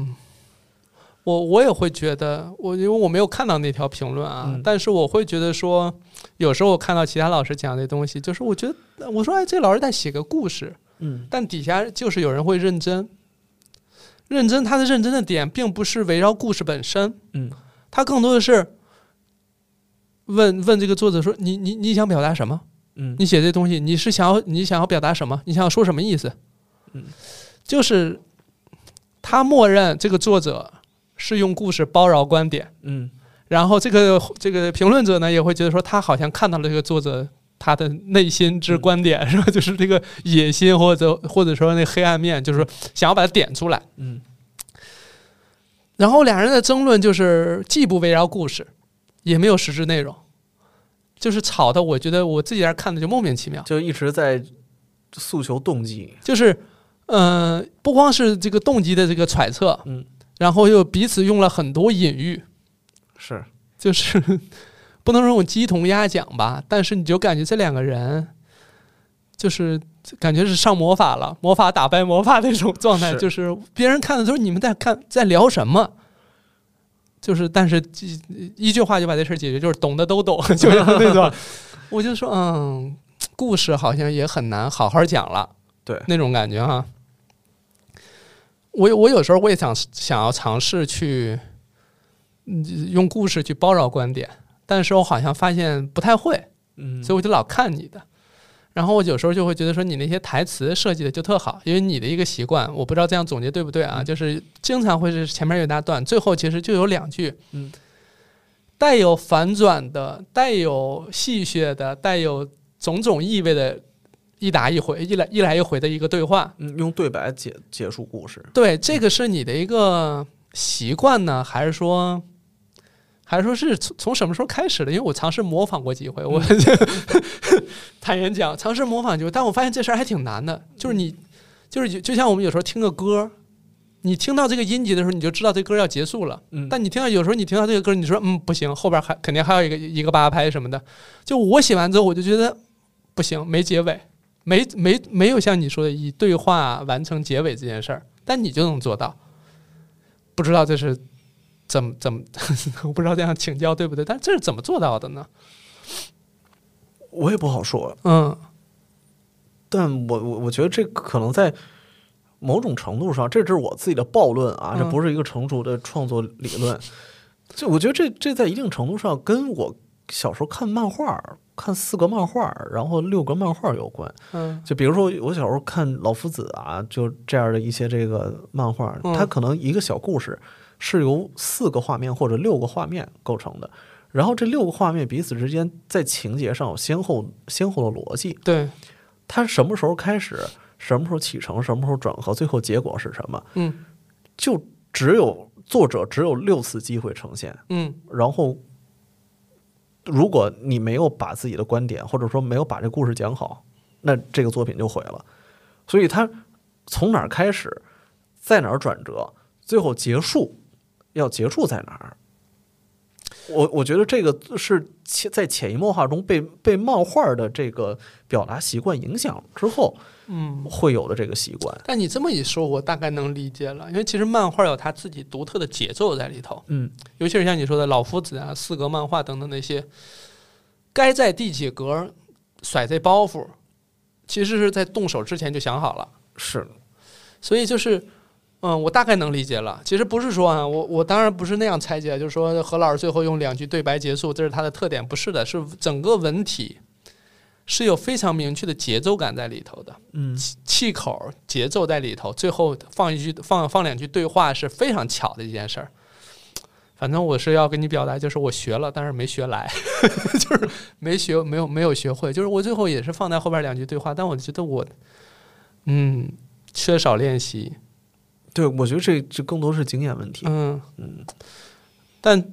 我也会觉得，因为我没有看到那条评论啊，但是我会觉得说，有时候我看到其他老师讲的东西，就是我觉得我说这老师在写个故事，但底下就是有人会认真，他的认真的点并不是围绕故事本身，他更多的是问这个作者说你想表达什么？你写这东西你想要表达什么？你想要说什么意思？就是他默认这个作者是用故事包绕观点，然后这个评论者呢也会觉得说他好像看到了这个作者他的内心之观点，是吧？就是这个野心或者说那黑暗面，就是想要把它点出来。然后两人的争论就是既不围绕故事，也没有实质内容，就是吵的，我觉得我自己在看的就莫名其妙， 就一直在诉求动机， 就是不光是这个动机的这个揣测，然后又彼此用了很多隐喻， 是， 就是不能说用鸡同鸭讲吧，但是你就感觉这两个人就是感觉是上魔法了，魔法打败魔法那种状态，就是别人看的都是你们在聊什么，就是但是一句话就把这事解决，就是懂的都懂，就是那种我就说故事好像也很难好好讲了， 对， 那种感觉哈。我有时候我也想要尝试去用故事去包绕观点，但是我好像发现不太会，所以我就老看你的，然后我有时候就会觉得说你那些台词设计的就特好，因为你的一个习惯，我不知道这样总结对不对啊，就是经常会是前面有一大段，最后其实就有2句，带有反转的，带有戏谑的，带有种种意味的一打一回，一来一回的一个对话， 用对白结束故事。 对，这个是你的一个习惯呢，还是说是从什么时候开始的？因为我尝试模仿过几回，我坦言讲，尝试模仿几回，但我发现这事儿还挺难的。就是你，就像我们有时候听个歌，你听到这个音节的时候，你就知道这歌要结束了。但有时候你听到这个歌，你说不行，后边肯定还有一个8拍什么的。就我写完之后，我就觉得不行，没结尾。没有像你说的以对话完成结尾这件事儿，但你就能做到。不知道这是怎么我不知道这样请教对不对，但这是怎么做到的呢？ 我也不好说。但我觉得这可能在某种程度上，这是我自己的暴论啊，这不是一个成熟的创作理论。就我觉得这在一定程度上跟我小时候看漫画，看4格漫画，然后6格漫画有关。就比如说我小时候看老夫子啊，就这样的一些这个漫画，它可能一个小故事是由4个画面或者6个画面构成的，然后这6个画面彼此之间在情节上有先后的逻辑。 对， 它什么时候开始，什么时候启程，什么时候转合，最后结果是什么？就作者只有6次机会呈现。然后如果你没有把自己的观点，或者说没有把这故事讲好，那这个作品就毁了。所以它从哪儿开始，在哪儿转折，最后要结束在哪儿？我觉得这个是在潜移默化中被漫画的这个表达习惯影响之后，会有的这个习惯。 但你这么一说，我大概能理解了，因为其实漫画有它自己独特的节奏在里头。尤其是像你说的老夫子啊、4格漫画等等那些，该在第几格甩这包袱，其实是在动手之前就想好了。 是， 所以就是。我大概能理解了。其实不是说啊，我当然不是那样拆解，就是说何老师最后用2句对白结束，这是他的特点，不是的，是整个文体是有非常明确的节奏感在里头的。气口节奏在里头，最后放2句对话是非常巧的一件事儿。反正我是要跟你表达，就是我学了，但是没学来，就是没有学会，就是我最后也是放在后边2句对话，但我觉得我缺少练习。 对，我觉得这更多是经验问题。 但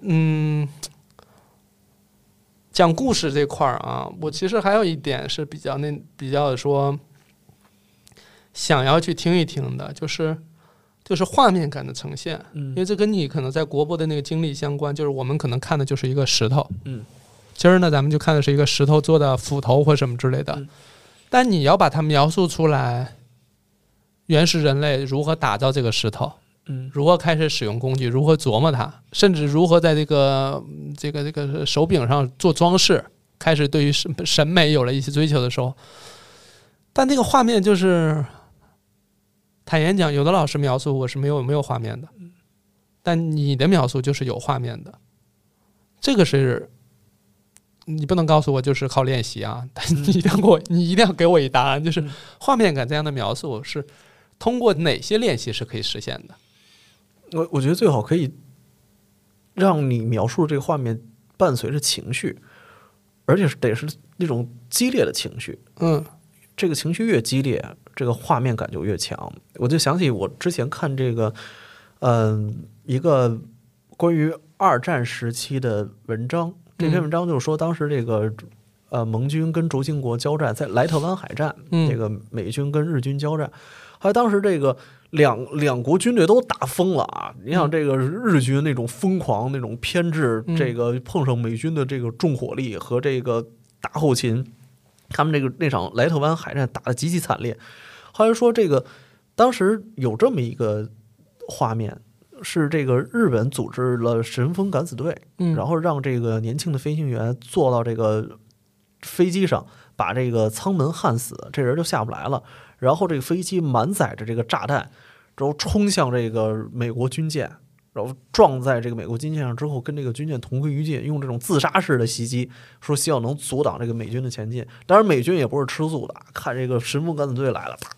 讲故事这块儿啊，我其实还有一点是比较说想要去听一听的，就是画面感的呈现。因为这跟你可能在国博的那个经历相关，就是我们可能看的就是一个石头。今儿呢，咱们就看的是一个石头做的斧头或什么之类的。但你要把它描述出来。原始人类如何打造这个石头，如何开始使用工具，如何琢磨它，甚至如何在这个手柄上做装饰，开始对于审美有了一些追求的时候，但那个画面就是坦言讲，有的老师描述我是没有画面的，但你的描述就是有画面的，这个是你不能告诉我就是靠练习啊，但你一定要给我一答案，就是画面感这样的描述是通过哪些练习是可以实现的？ 我觉得最好可以让你描述这个画面伴随着情绪，而且得是那种激烈的情绪。这个情绪越激烈，这个画面感就越强。我就想起我之前看这个，一个关于2战时期的文章。这篇文章就是说，当时这个盟军跟轴心国交战，在莱特湾海战，这个美军跟日军交战。还有当时这个两国军队都打疯了啊！你想这个日军那种疯狂、那种偏执，这个碰上美军的这个重火力和这个大后勤，他们那场莱特湾海战打得极其惨烈。后来说这个当时有这么一个画面，是这个日本组织了神风敢死队，然后让这个年轻的飞行员坐到这个飞机上，把这个舱门焊死，这人就下不来了。然后这个飞机满载着这个炸弹，然后冲向这个美国军舰，然后撞在这个美国军舰上之后，跟这个军舰同归于尽，用这种自杀式的袭击，说希望能阻挡这个美军的前进。当然美军也不是吃素的，看这个神风敢死队来了，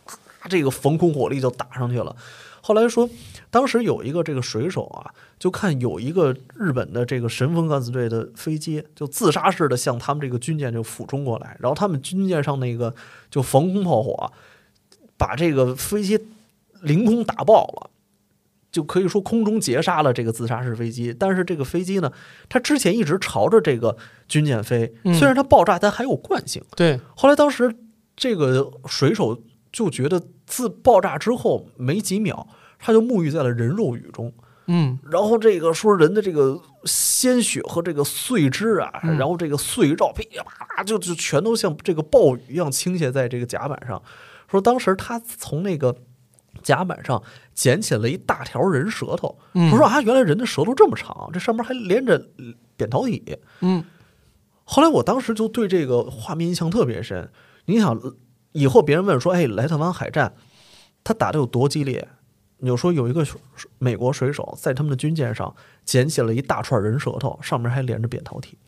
这个防空火力就打上去了。后来说，当时有一个这个水手啊，就看有一个日本的这个神风敢死队的飞机，就自杀式的向他们这个军舰就俯冲过来，然后他们军舰上那个就防空炮火啊，把这个飞机凌空打爆了，就可以说空中截杀了这个自杀式飞机。但是这个飞机呢，它之前一直朝着这个军舰飞，虽然它爆炸，但还有惯性。 对， 后来当时这个水手就觉得自爆炸之后没几秒，他就沐浴在了人肉雨中。然后这个说人的这个鲜血和这个碎肢啊，然后这个碎肉噼里啪啦就全都像这个暴雨一样倾泻在这个甲板上。说当时他从那个甲板上捡起了一大条人舌头，说啊，原来人的舌头这么长，这上面还连着扁桃体。后来我当时就对这个画面印象特别深。你想，以后别人问说，哎，莱特湾海战他打得有多激烈？你就说有一个美国水手在他们的军舰上捡起了一大串人舌头，上面还连着扁桃体。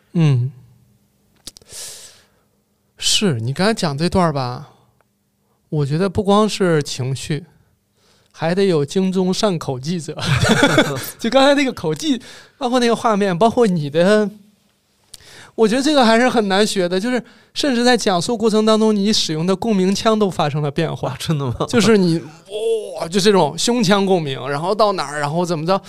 是你刚才讲这段吧，我觉得不光是情绪，还得有京中善口技者。就刚才那个口技，包括那个画面，包括你的，我觉得这个还是很难学的。就是甚至在讲述过程当中，你使用的共鸣腔都发生了变化。 真的吗？ 就是你就这种胸腔共鸣，然后到哪儿，然后怎么着？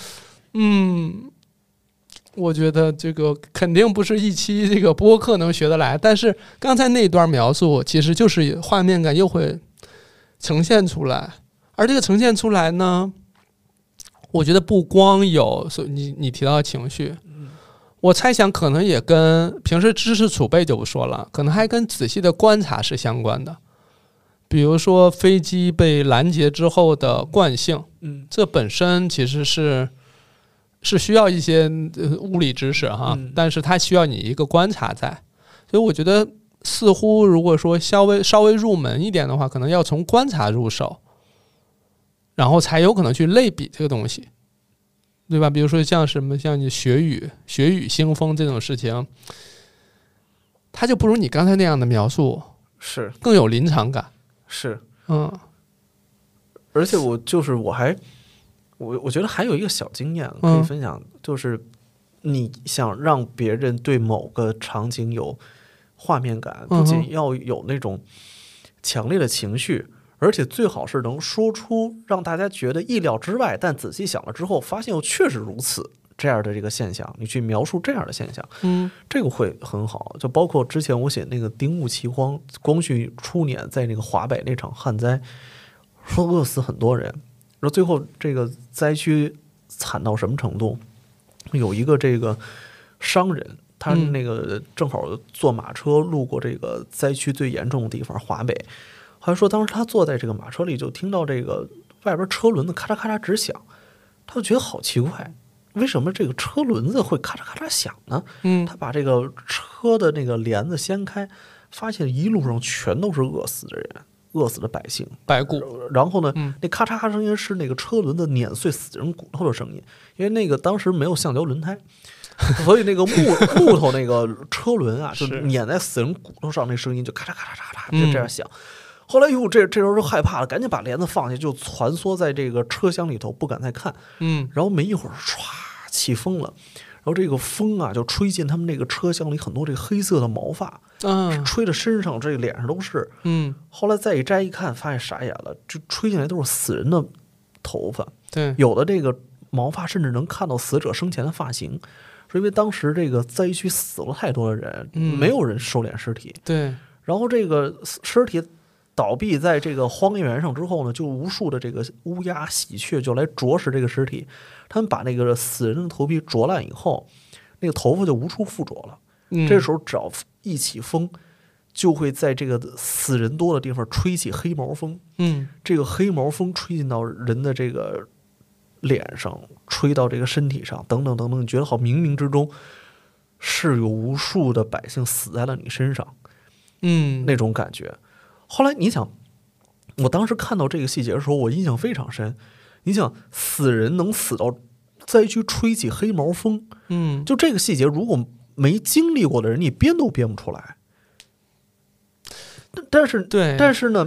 我觉得这个肯定不是一期这个播客能学得来。但是刚才那段描述，其实就是画面感又会呈现出来。而这个呈现出来呢，我觉得不光有你提到情绪，我猜想可能也跟平时知识储备就不说了，可能还跟仔细的观察是相关的。比如说飞机被拦截之后的惯性，这本身其实是需要一些物理知识哈，但是它需要你一个观察在。所以我觉得似乎如果说稍微入门一点的话，可能要从观察入手，然后才有可能去类比这个东西，对吧？比如说像你雪雨腥风这种事情，它就不如你刚才那样的描述是更有临场感。 是，而且我觉得还有一个小经验可以分享，就是你想让别人对某个场景有画面感，不仅要有那种强烈的情绪，而且最好是能说出让大家觉得意料之外，但仔细想了之后发现又确实如此这样的这个现象，你去描述这样的现象，这个会很好。就包括之前我写那个丁戊奇荒，光绪初年在那个华北那场旱灾，说饿死很多人，然后最后这个灾区惨到什么程度？有一个这个商人，他那个正好坐马车路过这个灾区最严重的地方华北，还说当时他坐在这个马车里，就听到这个外边车轮子咔嚓咔嚓直响，他就觉得好奇怪。为什么这个车轮子会咔嚓咔嚓响呢？他把这个车的那个帘子掀开，发现一路上全都是饿死的人，饿死的百姓， 白骨。然后呢，那咔嚓咔嚓声音是那个车轮子碾碎死人骨头的声音，因为那个当时没有橡胶轮胎，所以那个木头那个车轮啊，就碾在死人骨头上，那声音就咔嚓咔嚓咔嚓就这样响。后来这时候就害怕了，赶紧把帘子放下，就蜷缩在这个车厢里头，不敢再看。然后没一会儿，唰，起风了，然后这个风啊就吹进他们那个车厢里很多这个黑色的毛发，吹的身上这个脸上都是。后来再一摘一看，发现傻眼了，就吹进来都是死人的头发。 对， 有的这个毛发甚至能看到死者生前的发型，是因为当时这个灾区死了太多的人，没有人收敛尸体。 对， 然后这个尸体倒闭在这个荒原上之后呢，就无数的这个乌鸦喜鹊就来啄食这个尸体，他们把那个死人的头皮啄烂以后，那个头发就无处附着了。这时候只要一起风，就会在这个死人多的地方吹起黑毛风。这个黑毛风吹进到人的这个脸上，吹到这个身体上，等等等等，你觉得好，冥冥之中是有无数的百姓死在了你身上。那种感觉。后来你想，我当时看到这个细节的时候，我印象非常深。你想，死人能死到灾区吹起黑毛风，就这个细节，如果没经历过的人，你编都编不出来。但是呢，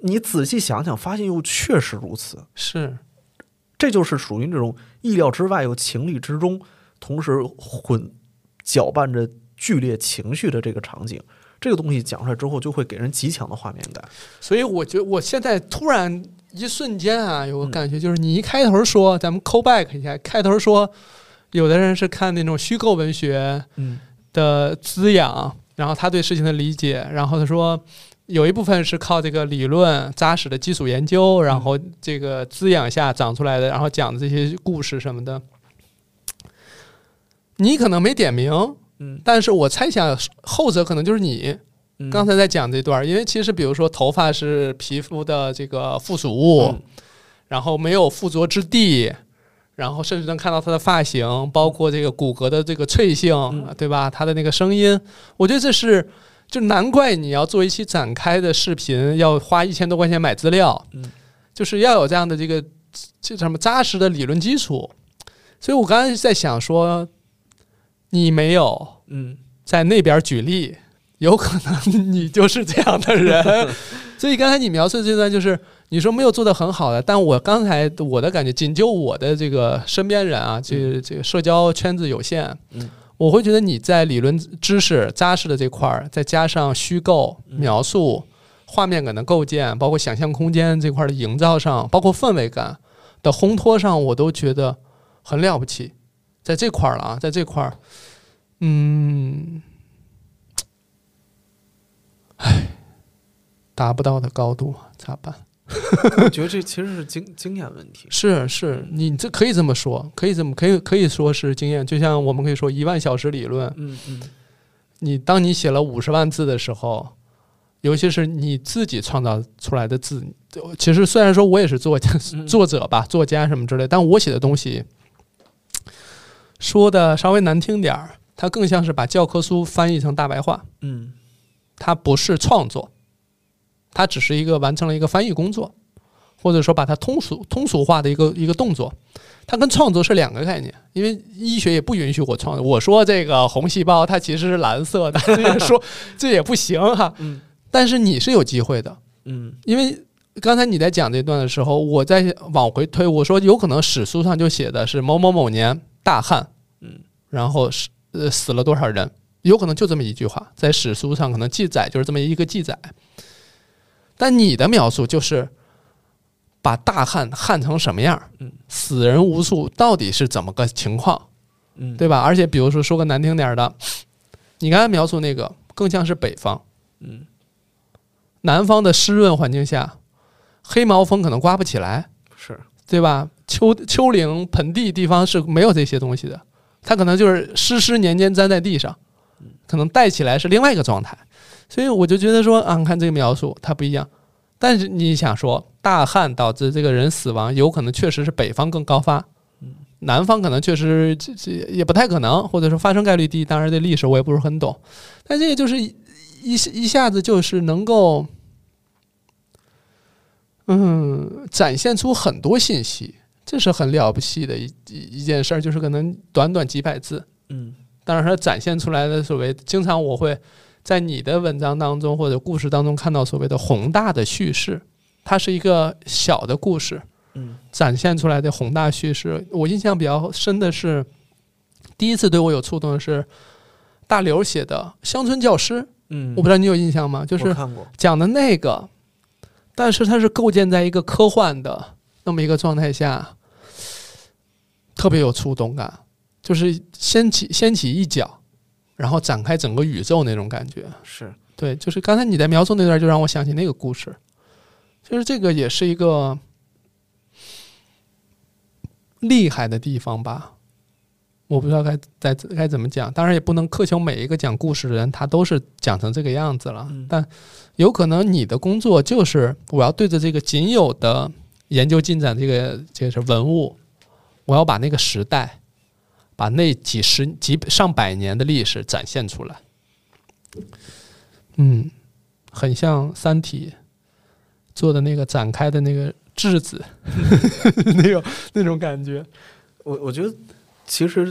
你仔细想想，发现又确实如此。 是， 这就是属于这种意料之外又情理之中，同时搅拌着剧烈情绪的这个场景。这个东西讲出来之后，就会给人极强的画面感。 所以我觉得我现在突然一瞬间啊，有个感觉，就是你一开头说，咱们 call back 一下，开头说，有的人是看那种虚构文学的滋养，然后他对事情的理解，然后他说有一部分是靠这个理论扎实的基础研究，然后这个滋养下长出来的，然后讲的这些故事什么的。你可能没点名。但是我猜想后者可能就是你刚才在讲这段，因为其实比如说头发是皮肤的这个附属物，然后没有附着之地，然后甚至能看到它的发型，包括这个骨骼的这个脆性，对吧？它的那个声音，我觉得这是就难怪你要做一期展开的视频，要花1000多块钱买资料，就是要有这样的这什么扎实的理论基础。所以我刚才在想说。你没有，在那边举例，有可能你就是这样的人。所以刚才你描述的这段，就是你说没有做得很好的，但我刚才我的感觉，仅就我的这个身边人啊，这个社交圈子有限，我会觉得你在理论知识扎实的这块儿，再加上虚构描述、画面感的构建，包括想象空间这块的营造上，包括氛围感的烘托上，我都觉得很了不起。在这块儿了啊，在这块儿，达不到的高度咋办？ 我觉得这其实是经验问题。 是，你这可以这么说，可以说是经验。就像我们可以说10000小时理论，当你写了50万字的时候，尤其是你自己创造出来的字，其实虽然说我也是作者吧，作家什么之类，但我写的东西。说的稍微难听点儿，它更像是把教科书翻译成大白话。它不是创作，它只是完成了一个翻译工作，或者说把它通俗化的一个动作。它跟创作是两个概念，因为医学也不允许我创作。我说这个红细胞它其实是蓝色的，说这也不行哈。但是你是有机会的，因为刚才你在讲这段的时候，我在往回推，我说有可能史书上就写的是某某某年。大旱，然后死了多少人？有可能就这么一句话，在史书上可能记载就是这么一个记载。但你的描述就是把大旱成什么样？死人无数，到底是怎么个情况？对吧？而且比如说个难听点的，你刚才描述那个更像是北方，南方的湿润环境下，黑毛风可能刮不起来， 是对吧？丘陵盆地地方是没有这些东西的，它可能就是湿黏粘在地上，可能带起来是另外一个状态。所以我就觉得说啊，看这个描述它不一样。但是你想说大旱导致这个人死亡，有可能确实是北方更高发，南方可能确实也不太可能，或者说发生概率低。当然这历史我也不是很懂，但这个就是一下子就是能够展现出很多信息。这是很了不起的一件事儿，就是可能短几百字，当然它展现出来的所谓，经常我会在你的文章当中或者故事当中看到所谓的宏大的叙事，它是一个小的故事，展现出来的宏大叙事。我印象比较深的是，第一次对我有触动的是大刘写的《乡村教师》，我不知道你有印象吗？就是讲的那个，但是它是构建在一个科幻的那么一个状态下，特别有触动感，就是掀起一脚，然后展开整个宇宙那种感觉。 是对，就是刚才你在描述那段，就让我想起那个故事。就是这个也是一个厉害的地方吧，我不知道该怎么讲。当然也不能苛求每一个讲故事的人他都是讲成这个样子了，但有可能你的工作就是我要对着这个仅有的研究进展这个是文物，我要把那个时代，把那上百年的历史展现出来。很像《三体》做的那个展开的那个质子那种感觉。 我觉得其实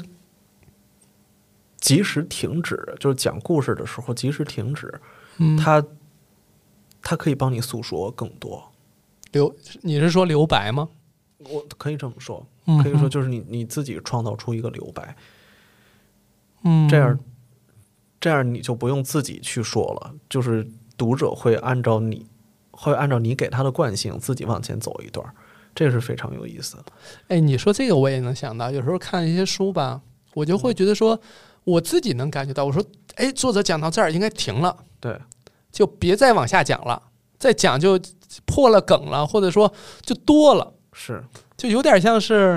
及时停止，就是讲故事的时候及时停止，它它可以帮你诉说更多。 你是说留白吗？ 我可以这么说，可以说就是你自己创造出一个留白，这样你就不用自己去说了，就是读者会按照你给他的惯性自己往前走一段，这是非常有意思的。 哎，你说这个我也能想到，有时候看一些书吧，我就会觉得说，我自己能感觉到，我说，哎，作者讲到这儿应该停了， 对， 就别再往下讲了，再讲就破了梗了，或者说就多了， 是， 就有点像是，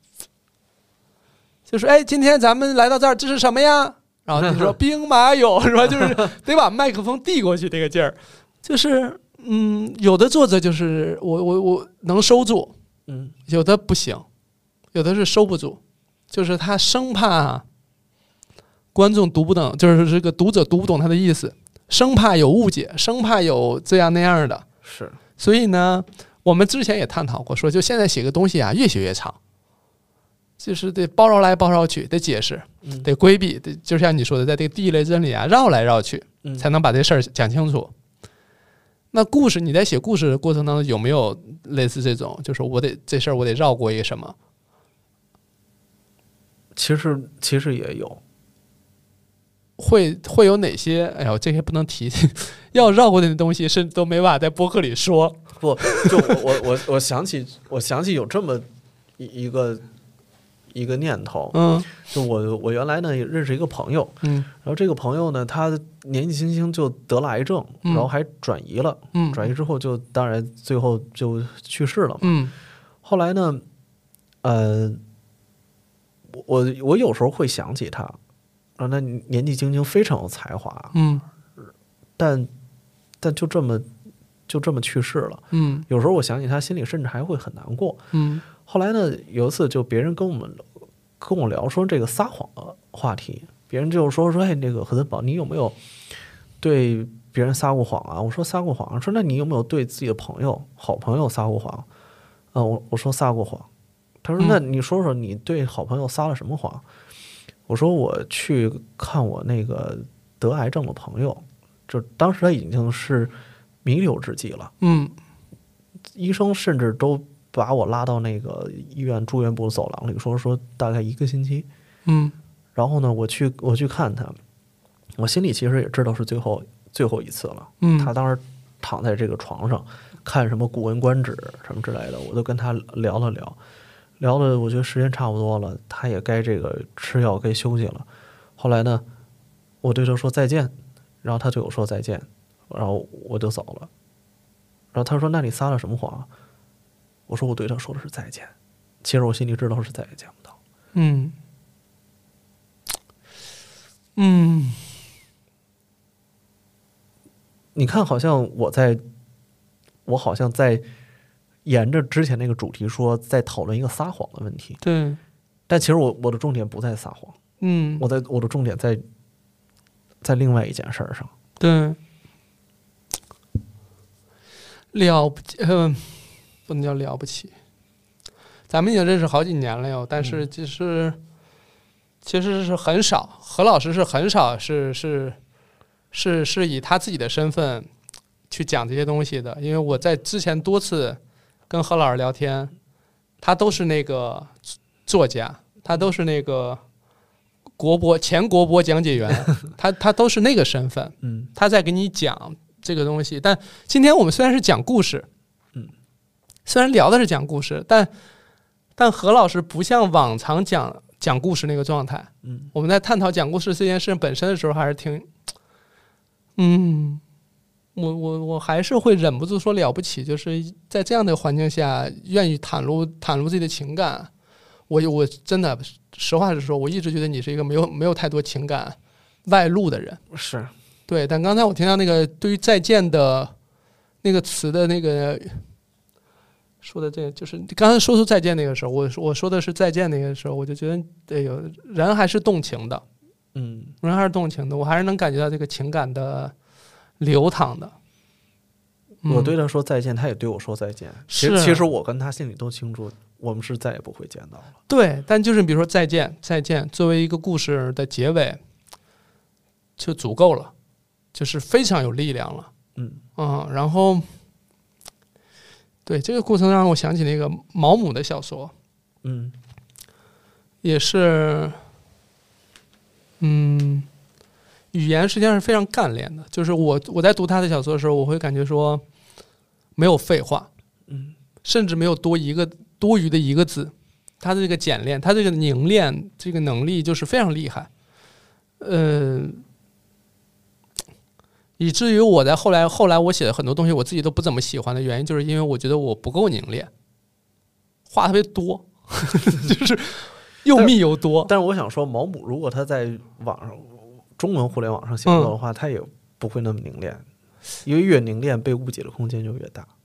就是哎，今天咱们来到这儿，这是什么呀？然后你说兵马俑是吧？就是得把麦克风递过去，这个劲儿，就是有的作者就是我能收住，有的不行，有的是收不住，就是他生怕观众读不懂，就是这个读者读不懂他的意思，生怕有误解，生怕有这样那样的。 是， 所以呢，我们之前也探讨过，说就现在写个东西啊，越写越长，就是得包绕来包绕去，得解释，得规避，得就像你说的，在这个第一类真理啊绕来绕去，才能把这事儿讲清楚。那故事，你在写故事的过程当中有没有类似这种，就是这事儿我得绕过一个什么？ 其实也有。 会有哪些？哎呦，这些不能提，要绕过的东西是都没法在播客里说。 不，就我想起有这么一个念头，就我原来呢认识一个朋友，然后这个朋友呢，他年纪轻轻就得了癌症，然后还转移了，转移之后就当然最后就去世了嘛，后来呢，我有时候会想起他。那年纪轻轻非常有才华，但就这么去世了，有时候我想起他，心里甚至还会很难过，后来呢，有一次就别人跟我聊说这个撒谎的话题，别人就说哎，那个何森堡，你有没有对别人撒过谎啊？我说撒过谎，说那你有没有对自己的好朋友撒过谎？我说撒过谎。他说那你说说你对好朋友撒了什么谎？我说我去看我那个得癌症的朋友，就当时他已经是弥留之际了，医生甚至都把我拉到那个医院住院部走廊里，说大概1个星期，然后呢，我去看他，我心里其实也知道是最后一次了，他当时躺在这个床上看什么《古文观止》什么之类的，我都跟他聊了，我觉得时间差不多了，他也该这个吃药该休息了。后来呢，我对他说再见，然后他对我说再见，然后我就走了。然后他说那你撒了什么谎？我说我对他说的是再见，其实我心里知道是再也见不到。你看好像我好像在沿着之前那个主题说，在讨论一个撒谎的问题。 对， 但其实我的重点不在撒谎，我的重点在另外一件事上。 对，不能叫了不起。咱们已经认识好几年了哟，但是其实是很少，何老师是很少是以他自己的身份去讲这些东西的，因为我在之前多次跟何老师聊天，他都是那个作家，他都是那个前国博讲解员，他都是那个身份，他在给你讲这个东西。但今天我们虽然是讲故事，虽然聊的是讲故事，但何老师不像往常讲故事那个状态。我们在探讨讲故事这件事本身的时候，还是挺，我还是会忍不住说了不起，就是在这样的环境下，愿意袒露自己的情感。我真的实话实说，我一直觉得你是一个没有太多情感外露的人。 是， 对。但刚才我听到那个对于再见的那个词的那个说的，这就是刚才说出再见那个时候，我说的是再见那个时候，我就觉得人还是动情的，人还是动情的，我还是能感觉到这个情感的流淌的。 我对他说再见，他也对我说再见。其实我跟他心里都清楚，我们是再也不会见到了。 对，但就是比如说再见，作为一个故事的结尾，就足够了，就是非常有力量了。 然后对这个过程让我想起那个毛姆的小说，也是，语言实际上是非常干练的。就是我在读他的小说的时候，我会感觉说没有废话，甚至没有多余的一个字。他的这个简练，他这个凝练，这个能力就是非常厉害。以至于我在后来我写的很多东西，我自己都不怎么喜欢的原因，就是因为我觉得我不够凝练，话特别多，就是又密又多。 但是我想说，毛姆如果他在网上中文互联网上写作的话，他也不会那么凝练，因为越凝练被误解的空间就越大。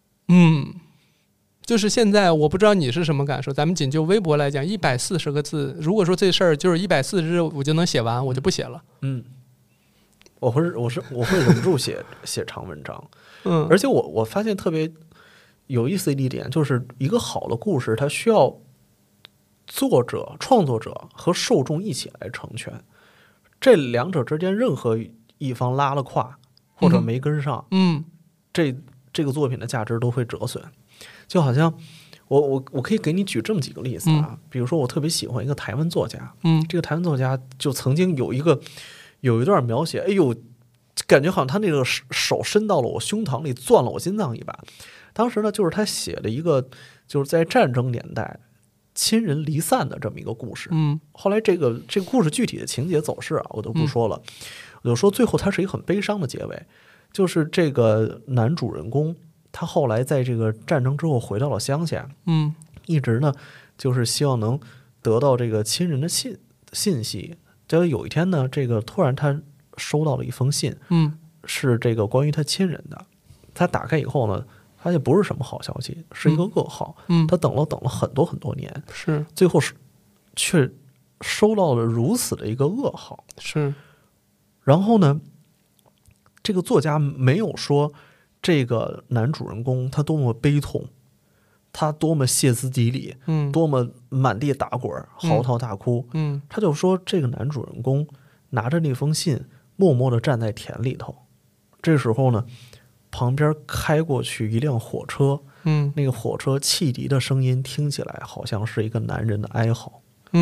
就是现在我不知道你是什么感受，咱们仅就微博来讲，140个字，如果说这事儿就是140日我就能写完，我就不写了。 我会忍不住写长文章。而且我发现特别有意思的一点，就是一个好的故事，它需要创作者和受众一起来成全，这两者之间任何一方拉了胯或者没跟上，这个作品的价值都会折损。就好像我可以给你举这么几个例子啊，比如说我特别喜欢一个台湾作家，这个台湾作家就曾经有一段描写，哎呦，感觉好像他那个手伸到了我胸膛里，攥了我心脏一把。当时呢，就是他写了一个就是在战争年代亲人离散的这么一个故事。后来这个故事具体的情节走势啊，我都不说了，我就说最后它是一个很悲伤的结尾，就是这个男主人公。他后来在这个战争之后回到了乡下，一直呢就是希望能得到这个亲人的信息。结果有一天呢，这个突然他收到了一封信，是这个关于他亲人的。他打开以后呢，发现不是什么好消息，是一个噩耗。他等了很多很多年， 是最后却收到了如此的一个噩耗。 是， 然后呢，这个作家没有说。这个男主人公他多么悲痛，他多么歇斯底里，多么满地打滚，嚎啕大哭。他就说这个男主人公拿着那封信，默默地站在田里头。这时候呢，旁边开过去一辆火车，那个火车汽笛的声音听起来好像是一个男人的哀嚎。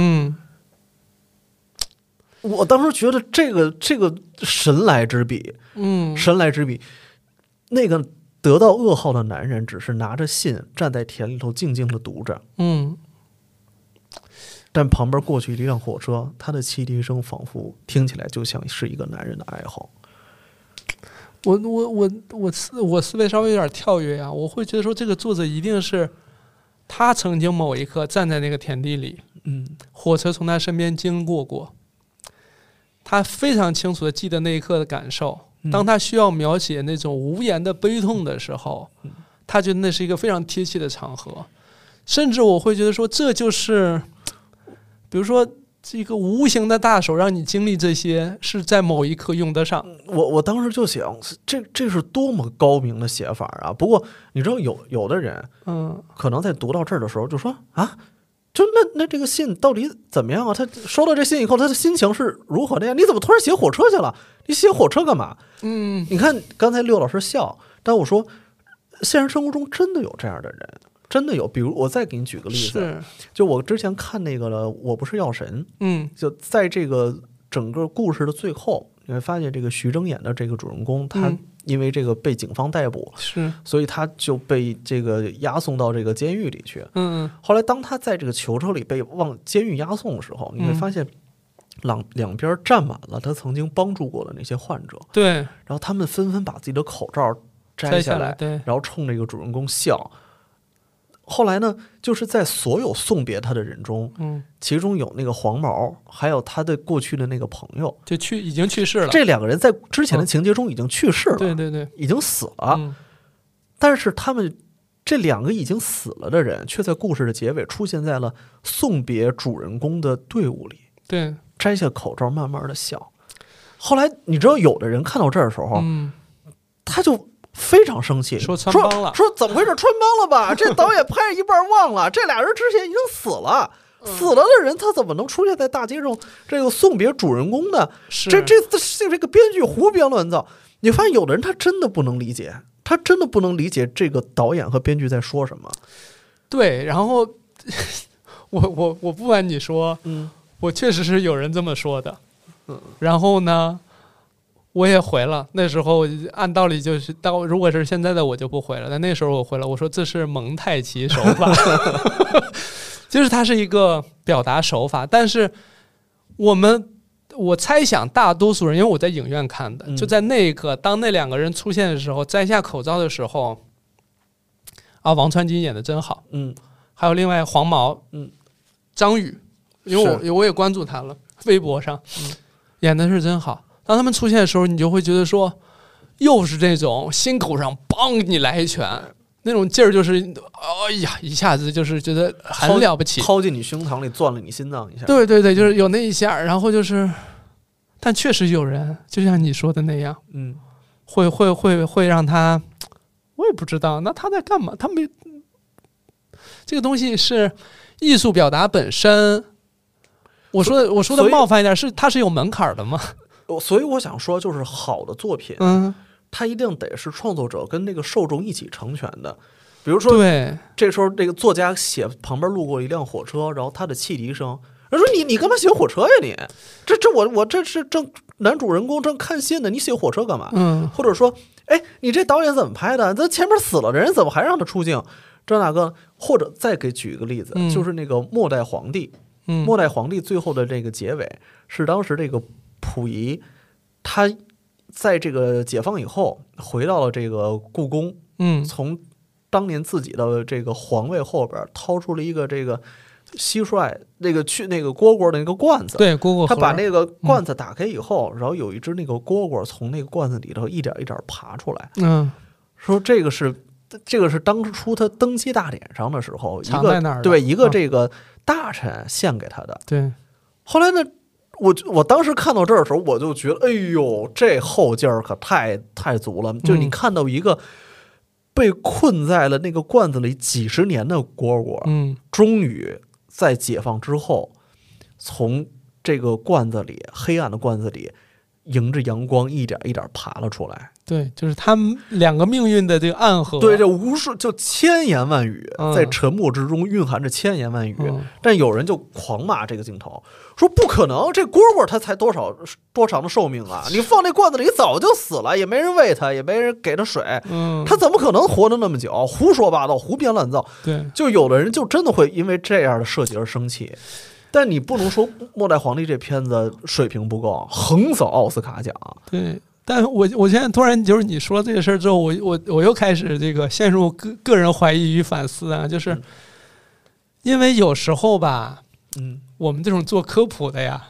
我当时觉得这个神来之笔，神来之笔。那个得到噩耗的男人只是拿着信站在田里头静静地读着，但旁边过去一辆火车，他的汽笛声仿佛听起来就像是一个男人的哀嚎。 我思维稍微有点跳跃啊，我会觉得说这个作者一定是他曾经某一刻站在那个田地里，火车从他身边经过，他非常清楚地记得那一刻的感受。当他需要描写那种无言的悲痛的时候，他觉得那是一个非常贴切的场合，甚至我会觉得说这就是比如说这个无形的大手让你经历这些是在某一刻用得上。 我当时就想这是多么高明的写法啊。不过你知道有的人可能在读到这儿的时候就说啊，就那这个信到底怎么样啊？他收到这信以后，他的心情是如何的呀？你怎么突然写火车去了？你写火车干嘛？你看刚才六老师笑，但我说现实生活中真的有这样的人，真的有。比如我再给你举个例子，就我之前看那个了，我不是药神，就在这个整个故事的最后，你会发现这个徐峥演的这个主人公，他因为这个被警方逮捕，所以他就被这个押送到这个监狱里去。后来当他在这个囚车里被往监狱押送的时候，你会发现两边站满了他曾经帮助过的那些患者。 对， 然后他们纷纷把自己的口罩摘下来， 对， 然后冲这个主人公笑。后来呢，就是在所有送别他的人中，其中有那个黄毛，还有他的过去的那个朋友， 就已经去世了。 这两个人在之前的情节中已经去世了， 对， 已经死了。但是他们这两个已经死了的人，却在故事的结尾出现在了送别主人公的队伍里。 对， 摘下口罩，慢慢的笑。后来你知道，有的人看到这儿的时候，他就非常生气， 说穿帮了， 说怎么回事，穿帮了吧？这导演拍一半忘了，这俩人之前已经死了，死了的人他怎么能出现在大街上这个送别主人公呢？这个编剧胡编乱造。 你发现有的人他真的不能理解，他真的不能理解这个导演和编剧在说什么。 对，然后我不瞒你说，我确实是有人这么说的，然后呢，我也回了。那时候按道理就是如果是现在的我就不回了，但那时候我回了，我说这是蒙太奇手法，就是它是一个表达手法，但是我猜想大多数人，因为我在影院看的，就在那一刻，当那两个人出现的时候，摘下口罩的时候，啊，王传君演的真好，还有另外黄毛，张宇，因为我也关注他了，微博上，演的是真好。当他们出现的时候，你就会觉得说，又是这种心口上梆你来一拳，那种劲儿就是，哎呀，一下子就是觉得很了不起， 掏进你胸膛里，攥了你心脏一下。 对对对，就是有那一下，然后就是，但确实有人就像你说的那样，会让他，我也不知道，那他在干嘛？他没这个东西是艺术表达本身。我说的冒犯一点，它是有门槛的吗？ 所以我想说，就是好的作品，它一定得是创作者跟那个受众一起成全的。比如说， 对， 这时候这个作家写旁边路过一辆火车，然后他的汽笛声，人说你干嘛写火车呀你？我这是正男主人公正看戏呢，你写火车干嘛？或者说，哎，你这导演怎么拍的？这前面死了的人怎么还让他出镜？这那个，或者再给举一个例子，就是那个末代皇帝，末代皇帝最后的这个结尾是当时这个溥仪他在这个解放以后回到了这个故宫，从当年自己的这个皇位后边掏出了一个这个蟋蟀那个蝈蝈的那个罐子， 对，蝈蝈， 他把那个罐子打开以后，然后有一只那个蝈蝈从那个罐子里头一点一点爬出来，说这个是当初他登基大典上的时候一个这个大臣献给他的。 对， 后来呢，我当时看到这儿的时候，我就觉得，哎呦，这后劲儿可太足了。就是你看到一个被困在了那个罐子里几十年的蝈蝈，终于在解放之后，从这个罐子里黑暗的罐子里，迎着阳光一点一点爬了出来。 对，就是他们两个命运的这个暗合。 对，这无数就千言万语，在沉默之中蕴含着千言万语。但有人就狂骂这个镜头，说不可能，这蝈蝈它才多长的寿命啊！你放那罐子里早就死了，也没人喂它，也没人给它水，它怎么可能活得那么久？胡说八道，胡编乱造。 对， 就有的人就真的会因为这样的设计而生气。但你不能说《末代皇帝》这片子水平不够，横扫奥斯卡奖。 对。但我现在突然就是你说这个事儿之后，我又开始这个陷入个人怀疑与反思啊，就是因为有时候吧，我们这种做科普的呀，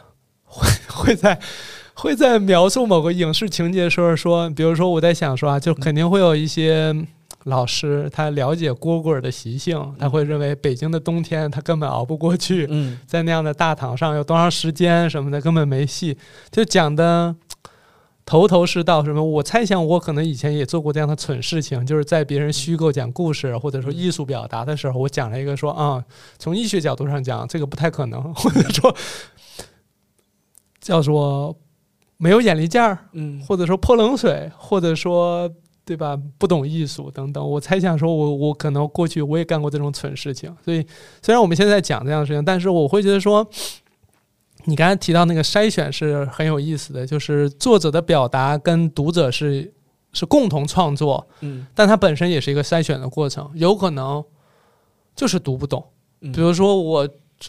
会在描述某个影视情节的时候说，比如说我在想说啊，就肯定会有一些老师他了解蝈蝈的习性，他会认为北京的冬天他根本熬不过去，在那样的大堂上有多长时间什么的根本没戏，就讲的头是道什么？我猜想我可能以前也做过这样的蠢事情，就是在别人虚构讲故事或者说艺术表达的时候，我讲了一个说从医学角度上讲这个不太可能，或者说叫做没有眼力劲儿，或者说泼冷水，或者说对吧不懂艺术等等。我猜想说我可能过去我也干过这种蠢事情，所以虽然我们现在讲这样的事情，但是我会觉得说。你刚才提到那个筛选是很有意思的，就是作者的表达跟读者是共同创作，但它本身也是一个筛选的过程，有可能就是读不懂。比如说我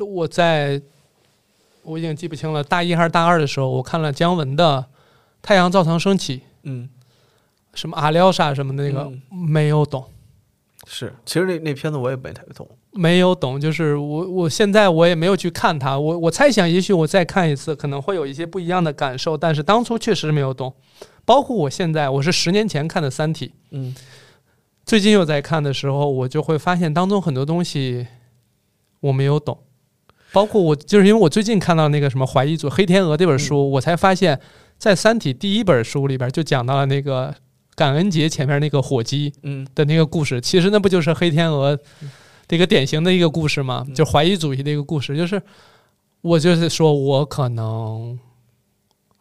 已经记不清了，大一还是大二的时候，我看了姜文的《太阳照常升起》，什么阿廖沙什么的那个，没有懂。 是，其实那片子我也没太懂。 没有懂，就是我现在我也没有去看它，我猜想也许我再看一次可能会有一些不一样的感受，但是当初确实没有懂。包括我现在，我是10年前看的《三体》，最近又在看的时候，我就会发现当中很多东西我没有懂。包括我就是因为我最近看到那个什么怀疑组黑天鹅这本书，我才发现在《三体》第一本书里边就讲到了那个感恩节前面那个火鸡的那个故事，其实那不就是黑天鹅这个典型的一个故事嘛，就怀疑主义的一个故事。就是我就是说我可能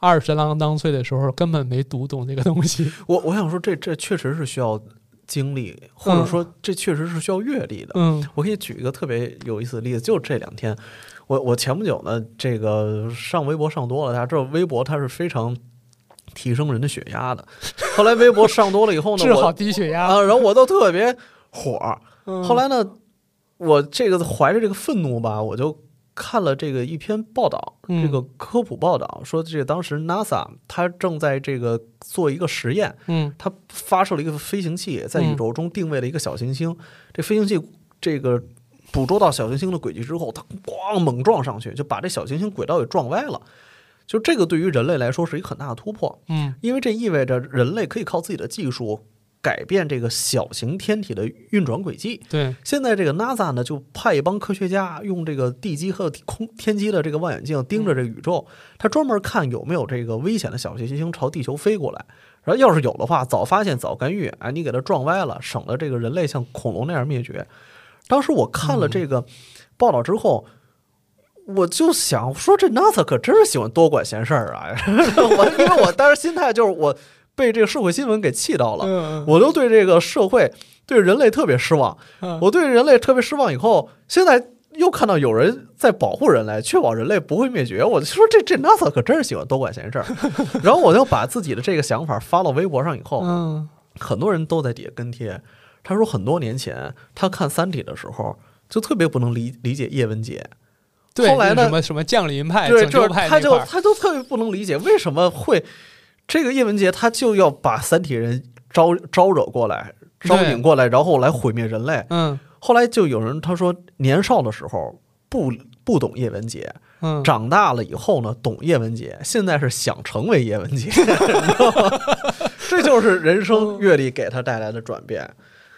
20郎当岁的时候根本没读懂这个东西。 我想说这确实是需要经历，或者说这确实是需要阅历的。我可以举一个特别有意思的例子，就这2天，我前不久呢，这个上微博上多了，大家知道微博它是非常提升人的血压的。后来微博上多了以后呢， 治好低血压然后我都特别火。后来呢，我这个怀着这个愤怒吧，我就看了这个一篇报道，这个科普报道说，这个当时 NASA 它正在这个做一个实验，它发射了一个飞行器，在宇宙中定位了一个小行星，这飞行器这个捕捉到小行星的轨迹之后，它咣猛撞上去，就把这小行星轨道给撞歪了。就这个对于人类来说是一个很大的突破，因为这意味着人类可以靠自己的技术改变这个小型天体的运转轨迹。 对， 现在这个 NASA 呢，就派一帮科学家用这个地基和天基的这个望远镜盯着这个宇宙，他专门看有没有这个危险的小行星朝地球飞过来。然后要是有的话，早发现早干预，你给它撞歪了，省了这个人类像恐龙那样灭绝。当时我看了这个报道之后，我就想说，这 NASA 可真是喜欢多管闲事儿啊！因为我当时心态就是我被这个社会新闻给气到了，我就对这个社会、对人类特别失望。我对人类特别失望以后，现在又看到有人在保护人类，确保人类不会灭绝，我就说这 NASA 可真是喜欢多管闲事儿。然后我就把自己的这个想法发到微博上以后，很多人都在底下跟贴。他说很多年前他看《三体》的时候，就特别不能理解叶文洁。 对， 后来呢， 什么降临派、 对， 拯救派， 他就特别不能理解为什么会这个叶文洁他就要把三体人招惹过来、招引过来，然后来毁灭人类。后来就有人他说，年少的时候不懂叶文洁，长大了以后呢懂叶文洁，现在是想成为叶文洁，这就是人生阅历给他带来的转变。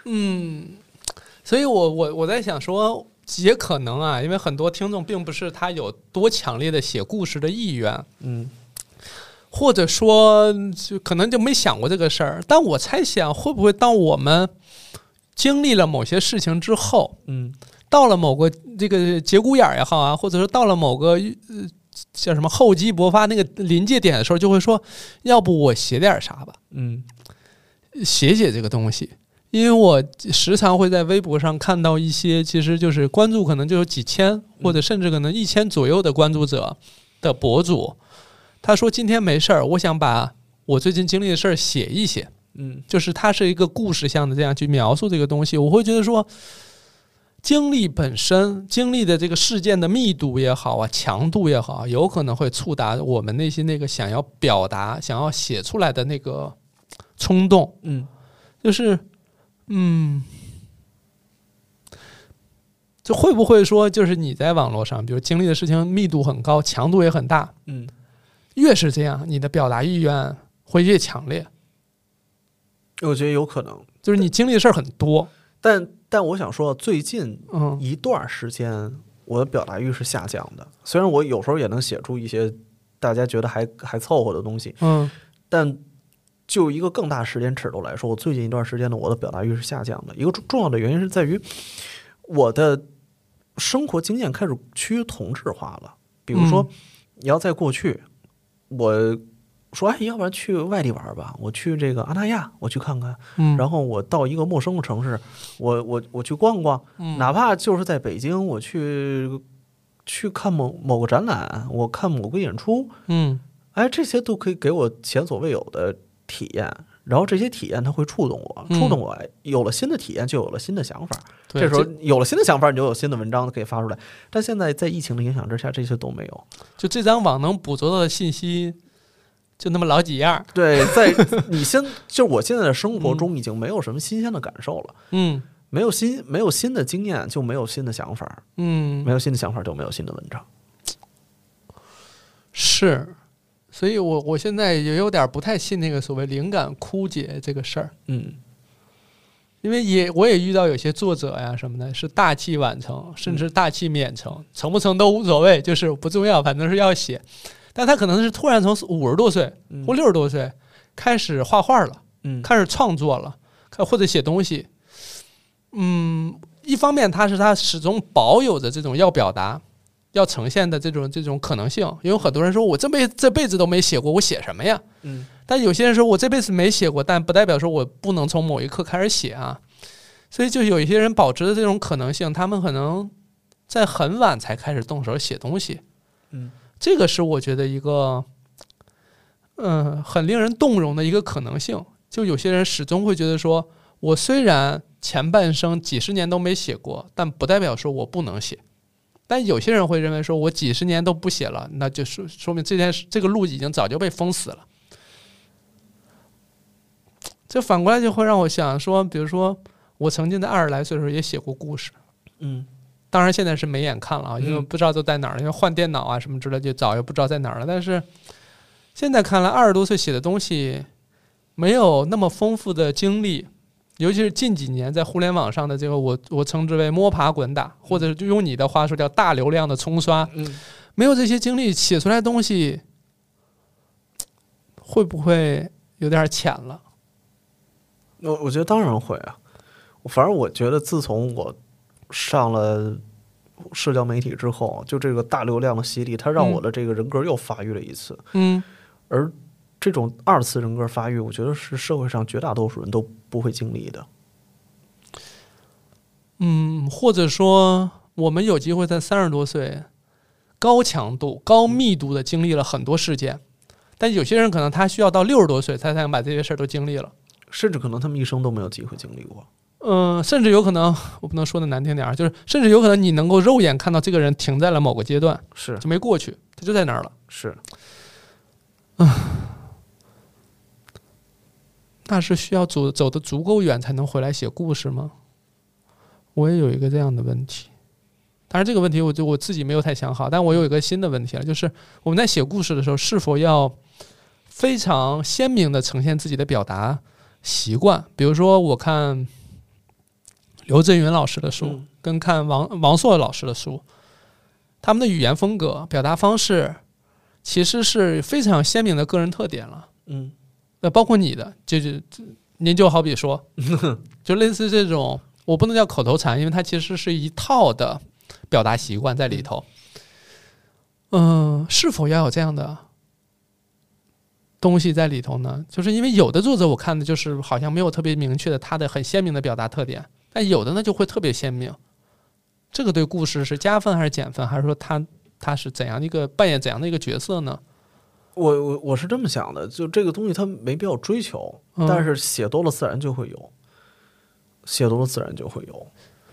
所以我在想说，也可能啊，因为很多听众并不是他有多强烈的写故事的意愿，或者说就可能就没想过这个事儿。但我猜想，会不会当我们经历了某些事情之后，到了某个这个节骨眼也好啊，或者说到了某个叫什么厚积薄发那个临界点的时候，就会说，要不我写点啥吧，写这个东西。因为我时常会在微博上看到一些其实就是关注可能就有几千或者甚至可能1000左右的关注者的博主，他说今天没事儿，我想把我最近经历的事儿写一写，就是它是一个故事向的这样去描述这个东西。我会觉得说，经历本身经历的这个事件的密度也好啊，强度也好，有可能会触达我们内心那个想要表达想要写出来的那个冲动。就是就会不会说，就是你在网络上比如经历的事情密度很高，强度也很大，越是这样你的表达意愿会越强烈。 我觉得有可能就是你经历的事儿很多， 但我想说，最近一段时间我的表达欲是下降的，虽然我有时候也能写出一些大家觉得还凑合的东西，但就一个更大时间尺度来说，我最近一段时间呢，我的表达欲是下降的。一个重要的原因是在于我的生活经验开始趋于同质化了。比如说，你要在过去，我说要不然去外地玩吧，我去这个阿那亚，我去看看，然后我到一个陌生的城市，我去逛逛，哪怕就是在北京，我去看某个展览，我看某个演出，这些都可以给我前所未有的体验，然后这些体验它会触动我，有了新的体验就有了新的想法，这时候有了新的想法你就有新的文章可以发出来。但现在在疫情的影响之下，这些都没有， 就这张网能捕捉到的信息就那么老几样。 对，就我现在的生活中已经没有什么新鲜的感受了，没有新的经验就没有新的想法，没有新的想法就没有新的文章。 是，所以我现在也有点不太信那个所谓灵感枯竭这个事儿，因为我也遇到有些作者呀什么的，是大器晚成，甚至大器免成，成不成都无所谓，就是不重要，反正是要写。但他可能是突然从50多岁或60多岁开始画画了，开始创作了，或者写东西。一方面他始终保有着这种要表达要呈现的这种可能性。因为很多人说我这辈子都没写过，我写什么呀？但有些人说我这辈子没写过，但不代表说我不能从某一刻开始写啊。所以就有一些人保持的这种可能性，他们可能在很晚才开始动手写东西。这个是我觉得一个很令人动容的一个可能性。就有些人始终会觉得说，我虽然前半生几十年都没写过，但不代表说我不能写。但有些人会认为说，我几十年都不写了，那就说明这个路已经早就被封死了。这反过来就会让我想说，比如说我曾经在20来岁的时候也写过故事，当然现在是没眼看了啊，因为不知道都在哪儿了，因为换电脑啊什么之类，就早也不知道在哪儿了。但是现在看来，20多岁写的东西没有那么丰富的经历，尤其是近几年在互联网上的这个我称之为摸爬滚打，或者就用你的话说叫大流量的冲刷，没有这些经历写出来的东西，会不会有点浅了？ 我觉得当然会啊。反正我觉得自从我上了社交媒体之后，就这个大流量的洗礼，它让我的这个人格又发育了一次。而这种2次人格发育，我觉得是社会上绝大多数人都不会经历的。 或者说我们有机会在30多岁高强度高密度的经历了很多事件，但有些人可能他需要到60多岁才能把这些事儿都经历了， 甚至可能他们一生都没有机会经历过。 甚至有可能，我不能说的难听点，就是甚至有可能你能够肉眼看到这个人停在了某个阶段， 是就没过去，他就在那儿了。 是， 那是需要走得足够远才能回来写故事吗？我也有一个这样的问题。当然这个问题我自己没有太想好，但我有一个新的问题了，就是我们在写故事的时候是否要非常鲜明的呈现自己的表达习惯。比如说我看刘震云老师的书跟看王朔老师的书，他们的语言风格表达方式其实是非常鲜明的个人特点了。那包括你的您就好比说就类似这种，我不能叫口头禅，因为它其实是一套的表达习惯在里头。是否要有这样的东西在里头呢？就是因为有的作者我看的就是好像没有特别明确的他的很鲜明的表达特点，但有的呢就会特别鲜明。这个对故事是加分还是减分，还是说他是怎样的一个扮演怎样的一个角色呢？ 我是这么想的，就这个东西它没必要追求，但是写多了自然就会有，写多了自然就会有。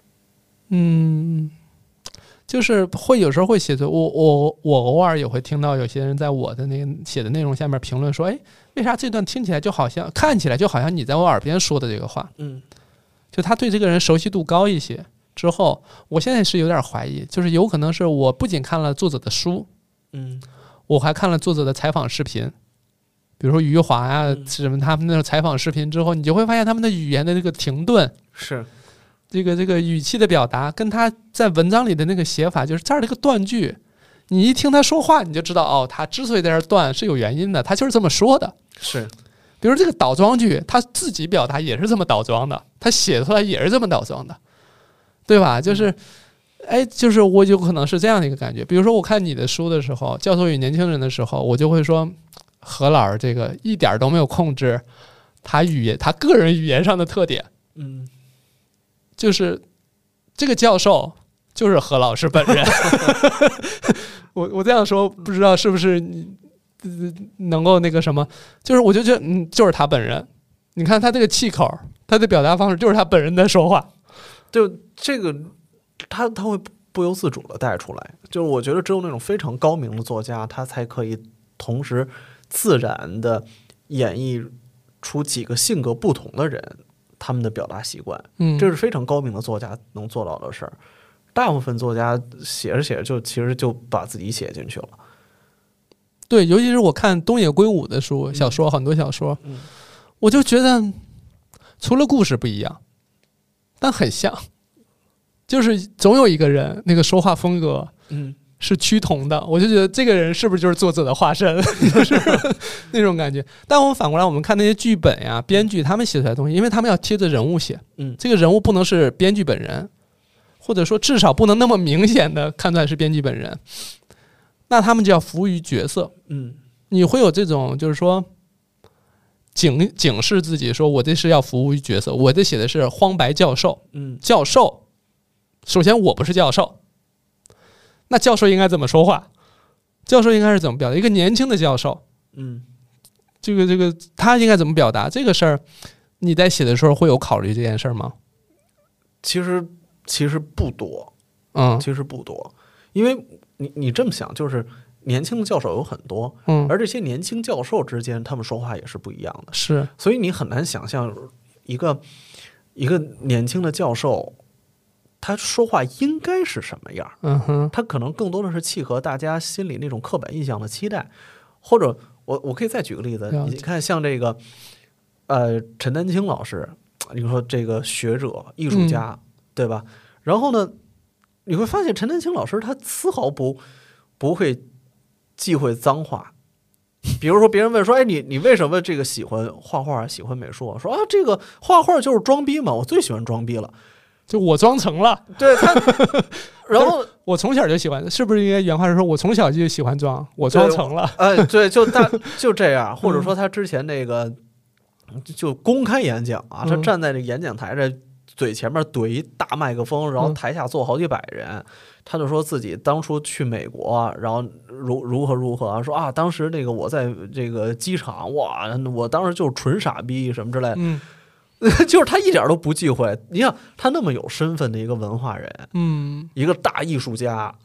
就是会有时候会写作，我偶尔也会听到有些人在我的那个写的内容下面评论说，为啥这段听起来就好像看起来就好像你在我耳边说的这个话？就他对这个人熟悉度高一些之后，我现在是有点怀疑，就是有可能是我不仅看了作者的书，我还看了作者的采访视频，比如说余华呀什么他们那种采访视频之后，你就会发现他们的语言的这个停顿是。 这个语气的表达跟他在文章里的那个写法，就是这儿的一个断句，你一听他说话你就知道，他之所以在这儿断是有原因的，他就是这么说的。 是， 比如这个倒装句，他自己表达也是这么倒装的，他写出来也是这么倒装的，对吧？就是就是我有可能是这样的一个感觉。比如说我看你的书的时候，《教授与年轻人》的时候，我就会说何老师这个一点都没有控制他个人语言上的特点。就是这个教授就是何老师本人。我这样说不知道是不是能够那个什么，就是我就觉得就是他本人，你看他这个气口，他的表达方式就是他本人在说话。 就这个他会不由自主的带出来，就是我觉得只有那种非常高明的作家，他才可以同时自然的演绎出几个性格不同的人他们的表达习惯，这是非常高明的作家能做到的事儿。大部分作家写着写着其实就把自己写进去了。 对，尤其是我看东野圭吾的书，小说很多小说，我就觉得除了故事不一样，但很像，就是总有一个人那个说话风格，是趋同的，我就觉得这个人是不是就是作者的化身，就是那种感觉。但我们反过来，我们看那些剧本呀、编剧他们写出来的东西，因为他们要贴着人物写，这个人物不能是编剧本人， 或者说至少不能那么明显的看出来是编辑本人，那他们就要服务于角色。你会有这种就是说警示自己，说我这是要服务于角色，我这写的是荒白教授。教授，首先我不是教授，那教授应该怎么说话？教授应该是怎么表达？一个年轻的教授，这个他应该怎么表达这个事儿？你在写的时候会有考虑这件事儿吗？ 其实不多，其实不多，因为你这么想，就是年轻的教授有很多，而这些年轻教授之间，他们说话也是不一样的， 是， 所以你很难想象一个年轻的教授，他说话应该是什么样？他可能更多的是契合大家心里那种刻板印象的期待，或者我可以再举个例子，你看像这个陈丹青老师，你说这个学者艺术家，对吧？然后呢，你会发现陈丹青老师他丝毫不会忌讳脏话。比如说别人问说，哎，你为什么这个喜欢画画喜欢美术？说啊，这个画画就是装逼嘛，我最喜欢装逼了， 就我装成了。 对他，然后我从小就喜欢，是不是应该原话是说我从小就喜欢装，我装成了？ 对，就这样，或者说他之前那个就公开演讲啊，他站在这演讲台这嘴前面怼一大麦克风，然后台下坐好几百人，他就说自己当初去美国，然后如何啊，说啊，当时那个我在这个机场，哇，我当时就是纯傻逼什么之类的，就是他一点都不忌讳。你想他那么有身份的一个文化人，一个大艺术家，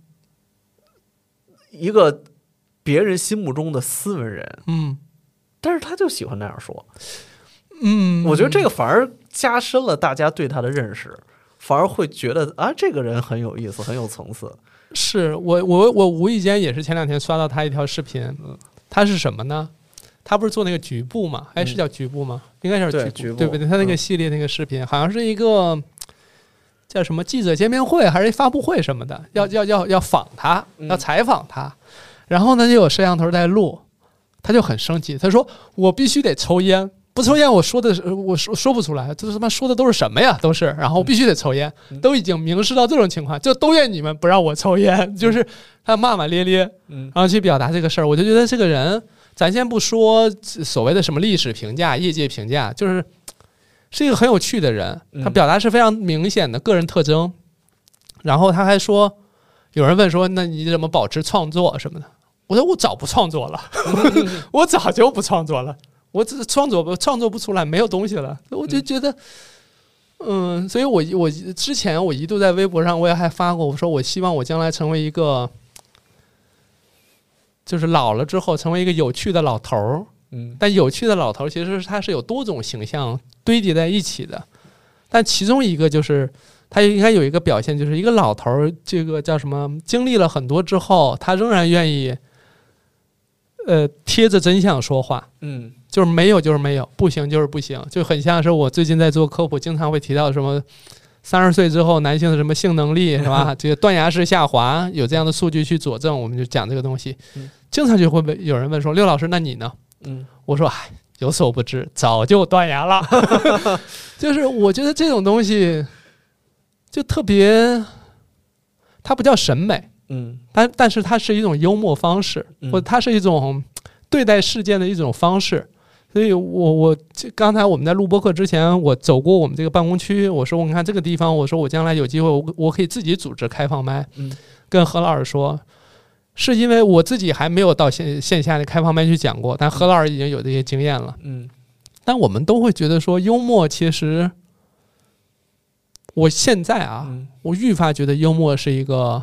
一个别人心目中的斯文人，但是他就喜欢那样说。我觉得这个反而加深了大家对他的认识，反而会觉得啊，这个人很有意思，很有层次。 是我无意间也是前2天刷到他一条视频，他是什么呢？他不是做那个局部吗？是叫局部吗？应该是局部，对不对？他那个系列那个视频，好像是一个叫什么记者见面会还是发布会什么的，要访他，要采访他，然后呢就有摄像头在录，他就很生气，他说我必须得抽烟。不抽烟，我说不出来，这他妈说的都是什么呀？都是，然后必须得抽烟，都已经明示到这种情况，就都怨你们不让我抽烟，就是他骂骂咧咧，然后去表达这个事儿。我就觉得这个人，咱先不说所谓的什么历史评价、业界评价，是一个很有趣的人，他表达是非常明显的个人特征。然后他还说，有人问说，那你怎么保持创作什么的？我说我早不创作了，我早就不创作了。我只创作不出来，没有东西了，我就觉得，所以我之前我一度在微博上我也还发过，我说我希望我将来成为一个，就是老了之后成为一个有趣的老头儿，但有趣的老头儿其实他是有多种形象堆叠在一起的，但其中一个就是他应该有一个表现，就是一个老头儿，这个叫什么，经历了很多之后，他仍然愿意，贴着真相说话，就是没有就是没有，不行就是不行，就很像是我最近在做科普，经常会提到什么30岁之后男性的什么性能力是吧？这个断崖式下滑，有这样的数据去佐证，我们就讲这个东西。经常就会有人问说，刘老师，那你呢？我说有所不知，早就断崖了。就是我觉得这种东西就特别，它不叫审美，但是它是一种幽默方式，或者它是一种对待事件的一种方式。所以我刚才我们在录播课之前，我走过我们这个办公区，我说我看这个地方，我说我将来有机会我可以自己组织开放麦，跟何老师说，是因为我自己还没有到线下的开放麦去讲过，但何老师已经有这些经验了。但我们都会觉得说，幽默其实，我现在我愈发觉得幽默是一个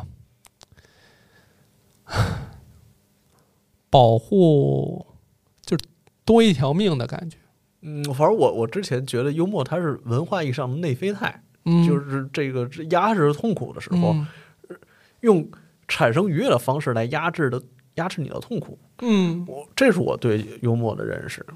保护，就是多一条命的感觉。 反正我之前觉得幽默它是文化意义上的内啡肽，就是这个压制痛苦的时候，用产生愉悦的方式来压制你的痛苦。这是我对幽默的认识。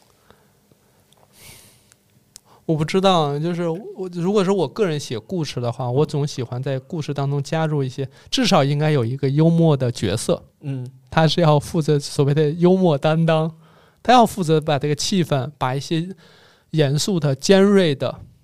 我不知道，就是如果是我个人写故事的话，我总喜欢在故事当中加入一些，至少应该有一个幽默的角色。他是要负责所谓的幽默担当，他要负责把这个气氛，把一些严肃的、尖锐的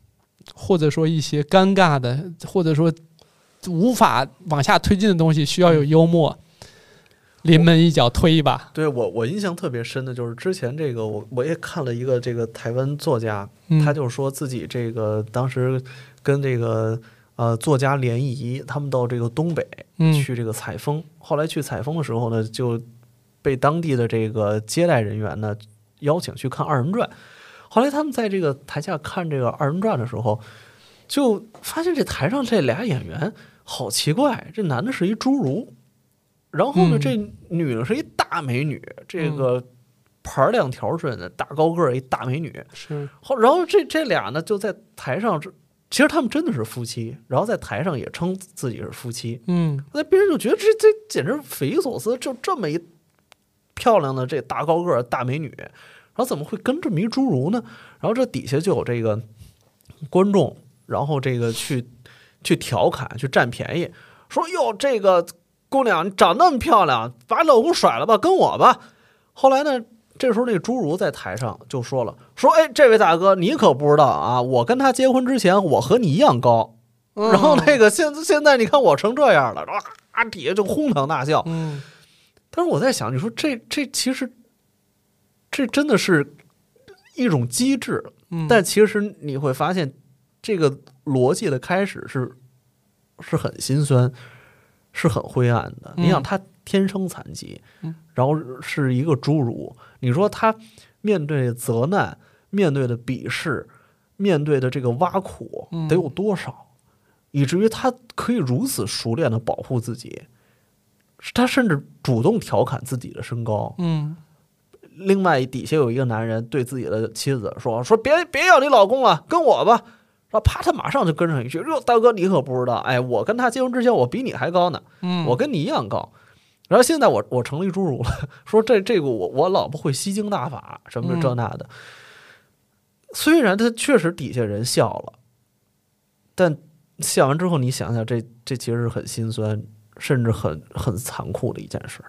或者说一些尴尬的，或者说无法往下推进的东西，需要有幽默临门一脚推一把。 对，我印象特别深的就是之前这个我也看了一个这个台湾作家，他就说自己这个当时跟这个作家联谊，他们到这个东北去这个采风，后来去采风的时候呢，就被当地的这个接待人员呢邀请去看二人转。后来他们在这个台下看这个二人转的时候，就发现这台上这俩演员好奇怪，这男的是一侏儒，然后呢，这女的是一大美女，这个盘两条顺的大高个一大美女。 是， 然后这俩呢就在台上，其实他们真的是夫妻，然后在台上也称自己是夫妻。那别人就觉得这简直匪夷所思，就这么一漂亮的这大高个大美女，然后怎么会跟这么一侏儒呢？然后这底下就有这个观众，然后这个去调侃，去占便宜，说哟，这个姑娘你长那么漂亮，把老公甩了吧，跟我吧。后来呢，这时候那侏儒在台上就说了，说哎，这位大哥，你可不知道啊，我跟他结婚之前，我和你一样高。然后那个现在你看我成这样了，哇，底下就哄堂大笑。但是我在想，你说这其实这真的是一种机制，但其实你会发现，这个逻辑的开始是很心酸，是很灰暗的。你想，他天生残疾，然后是一个侏儒，你说他面对责难，面对的鄙视，面对的这个挖苦，得有多少？以至于他可以如此熟练的保护自己。他甚至主动调侃自己的身高。另外底下有一个男人对自己的妻子说别要你老公了，跟我吧。然后啪，他马上就跟上一句，哟，大哥你可不知道，哎，我跟他结婚之前我比你还高呢，我跟你一样高。然后现在我成了一侏儒了，说这个我老婆会吸精大法什么的这那的。虽然他确实底下人笑了，但笑完之后你想想，这其实是很心酸，甚至很残酷的一件事。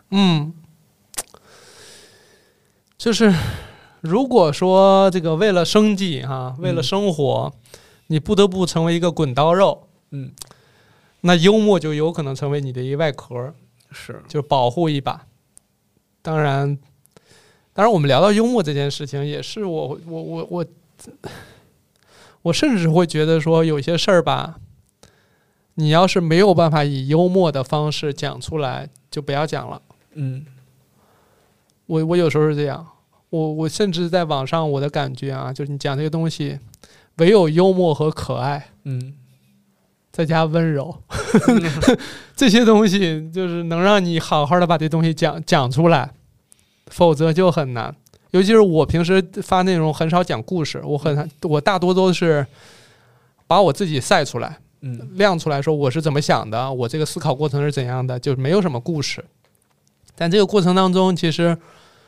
就是如果说这个为了生计为了生活，你不得不成为一个滚刀肉，那幽默就有可能成为你的一个外壳， 是就保护一把。当然我们聊到幽默这件事情，也是我甚至会觉得说，有些事儿吧，你要是没有办法以幽默的方式讲出来，就不要讲了。我有时候是这样，我甚至在网上我的感觉啊，就是你讲这个东西，唯有幽默和可爱，再加温柔，这些东西就是能让你好好的把这东西讲出来，否则就很难。尤其是我平时发内容很少讲故事，我大多都是把我自己晒出来，亮出来，说我是怎么想的，我这个思考过程是怎样的，就没有什么故事。但这个过程当中，其实，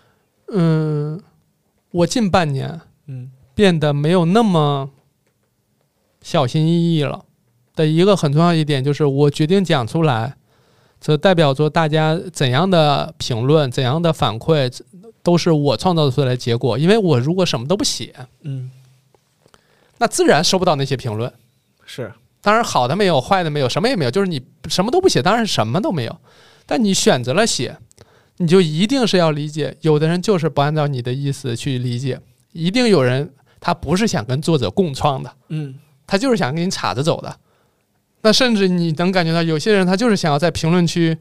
我近半年，变得没有那么小心翼翼了。的一个很重要一点就是，我决定讲出来，这代表着大家怎样的评论、怎样的反馈，都是我创造出来的结果。因为我如果什么都不写，那自然收不到那些评论。 是， 当然好的没有，坏的没有，什么也没有，就是你什么都不写，当然什么都没有。但你选择了写，你就一定是要理解，有的人就是不按照你的意思去理解，一定有人他不是想跟作者共创的，他就是想给你插着走的。那甚至你能感觉到，有些人他就是想要在评论区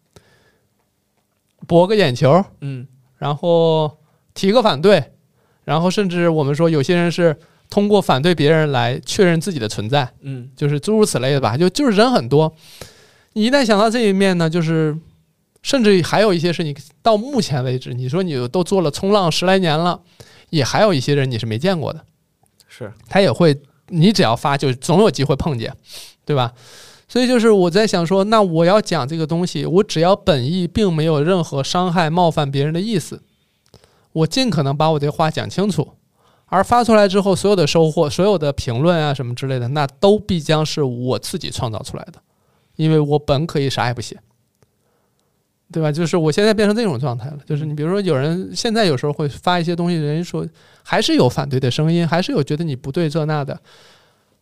博个眼球，然后提个反对，然后甚至我们说有些人是通过反对别人来确认自己的存在，就是诸如此类的吧，就是人很多。你一旦想到这一面呢，就是甚至还有一些是你到目前为止，你说你都做了冲浪10来年了，也还有一些人你是没见过的， 是他也会，你只要发就总有机会碰见，对吧？所以就是我在想说，那我要讲这个东西，我只要本意并没有任何伤害冒犯别人的意思，我尽可能把我这话讲清楚，而发出来之后所有的收获，所有的评论啊什么之类的，那都必将是我自己创造出来的，因为我本可以啥也不写，对吧？就是我现在变成这种状态了，就是你比如说有人现在有时候会发一些东西，人家说还是有反对的声音，还是有觉得你不对这那的，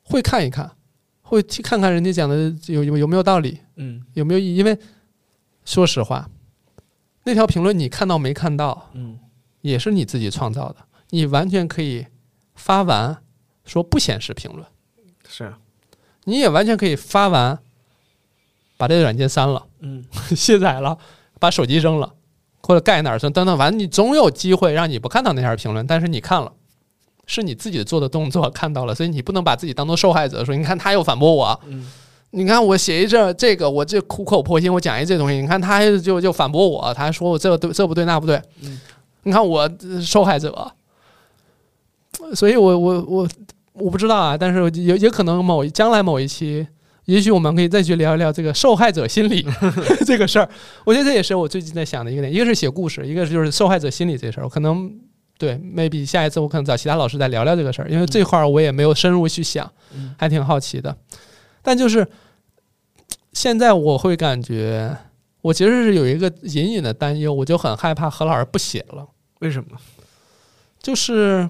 会看一看，会去看看人家讲的有没有道理，有没有意义。因为说实话，那条评论你看到没看到，也是你自己创造的，你完全可以发完说不显示评论， 是， 你也完全可以发完把这个软件删了，卸载了，把手机扔了，或者盖哪儿等等，反正你总有机会让你不看到那条评论，但是你看了，是你自己做的动作看到了，所以你不能把自己当做受害者，说你看他又反驳我，你看我写一这个我这苦口婆心我讲一这东西，你看他就反驳我，他还说我这不对那不对，你看我受害者，所以我不知道啊，但是也可能将来某一期，也许我们可以再去聊一聊这个受害者心理这个事儿。我觉得这也是我最近在想的一个点，一个是写故事，一个就是受害者心理这事儿。我可能对 maybe 下一次我可能找其他老师再聊聊这个事儿，因为这块儿我也没有深入去想，还挺好奇的。但就是现在我会感觉，我其实是有一个隐隐的担忧，我就很害怕何老师不写了。 为什么？ 就是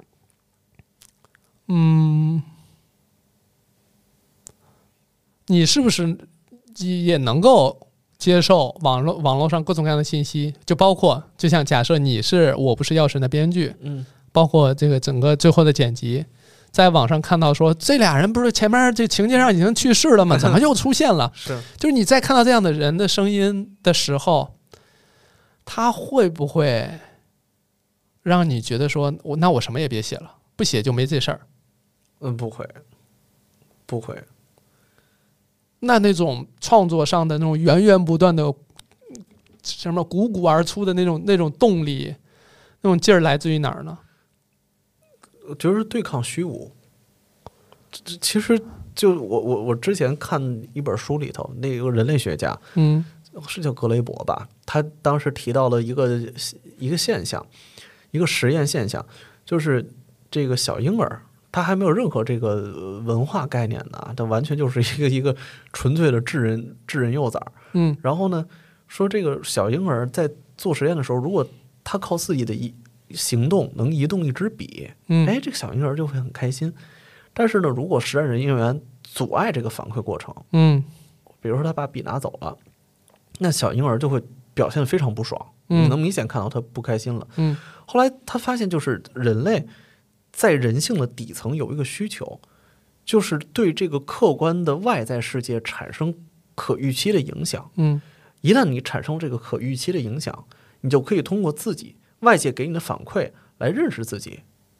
你是不是也能够接受网络上各种各样的信息？就包括，就像假设我不是药神的编剧，包括这个整个最后的剪辑，在网上看到说这俩人不是前面这情节上已经去世了吗？怎么又出现了？ 是， 就是你在看到这样的人的声音的时候，他会不会让你觉得说，那我什么也别写了，不写就没这事儿？ 不会，不会。 那种创作上的那种源源不断的什么汩汩而出的那种动力，那种劲儿来自于哪儿呢？ 我觉得是对抗虚无。其实就我之前看一本书里头，那个人类学家，是叫格雷伯吧？他当时提到了一个现象，一个实验现象，就是这个小婴儿。他还没有任何这个文化概念呢，他完全就是一个纯粹的智人幼崽。然后呢，说这个小婴儿在做实验的时候，如果他靠自己的行动能移动一支笔，这个小婴儿就会很开心。但是呢，如果实验人员阻碍这个反馈过程，比如说他把笔拿走了，那小婴儿就会表现得非常不爽，你能明显看到他不开心了。后来他发现，就是人类在人性的底层有一个需求，就是对这个客观的外在世界产生可预期的影响。一旦你产生这个可预期的影响，你就可以通过自己外界给你的反馈来认识自己。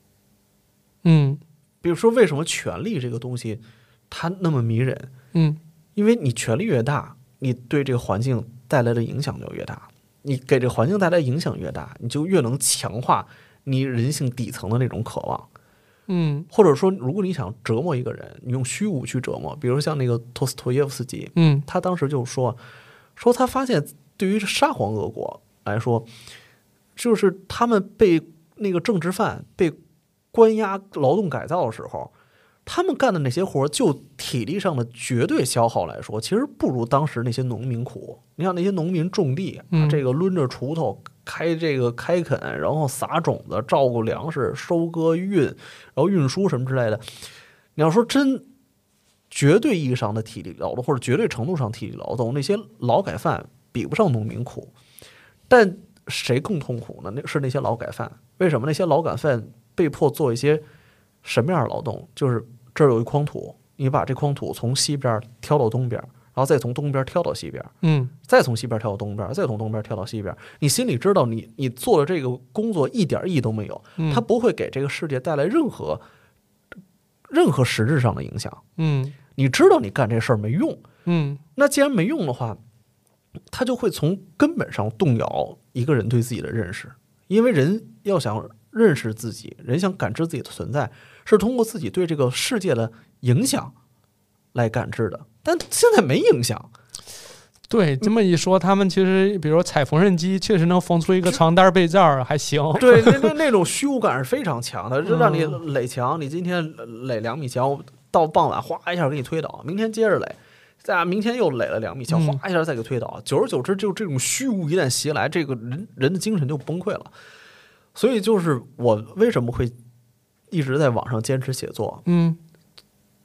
比如说为什么权力这个东西它那么迷人？因为你权力越大，你对这个环境带来的影响就越大，你给这个环境带来影响越大，你就越能强化你人性底层的那种渴望。或者说如果你想折磨一个人，你用虚无去折磨，比如像那个托斯托耶夫斯基，他当时就说他发现对于沙皇俄国来说，就是他们被那个政治犯被关押劳动改造的时候，他们干的那些活，就体力上的绝对消耗来说，其实不如当时那些农民苦。你像那些农民种地，这个抡着锄头开垦，然后撒种子，照顾粮食，收割然后运输什么之类的。你要说真绝对意义上的体力劳动，或者绝对程度上体力劳动，那些劳改犯比不上农民苦。但谁更痛苦呢？是那些劳改犯。为什么那些劳改犯被迫做一些什么样的劳动？就是这儿有一筐土，你把这筐土从西边挑到东边，然后再从东边挑到西边，再从西边挑到东边，再从东边挑到西边。你心里知道你做的这个工作一点意义都没有，它不会给这个世界带来任何实质上的影响。你知道你干这事儿没用，那既然没用的话，它就会从根本上动摇一个人对自己的认识。因为人要想认识自己，人想感知自己的存在，是通过自己对这个世界的影响来感知的，但现在没影响。 对，这么一说，他们其实比如说踩缝纫机确实能缝出一个床单被罩还行。 对，那种虚无感是非常强的，就让你垒墙，你今天垒2米墙，到傍晚哗一下给你推倒，明天接着垒，明天又垒了2米墙，哗一下再给推倒，久而久之，就这种虚无一旦袭来，这个人的精神就崩溃了。所以就是我为什么会一直在网上坚持写作，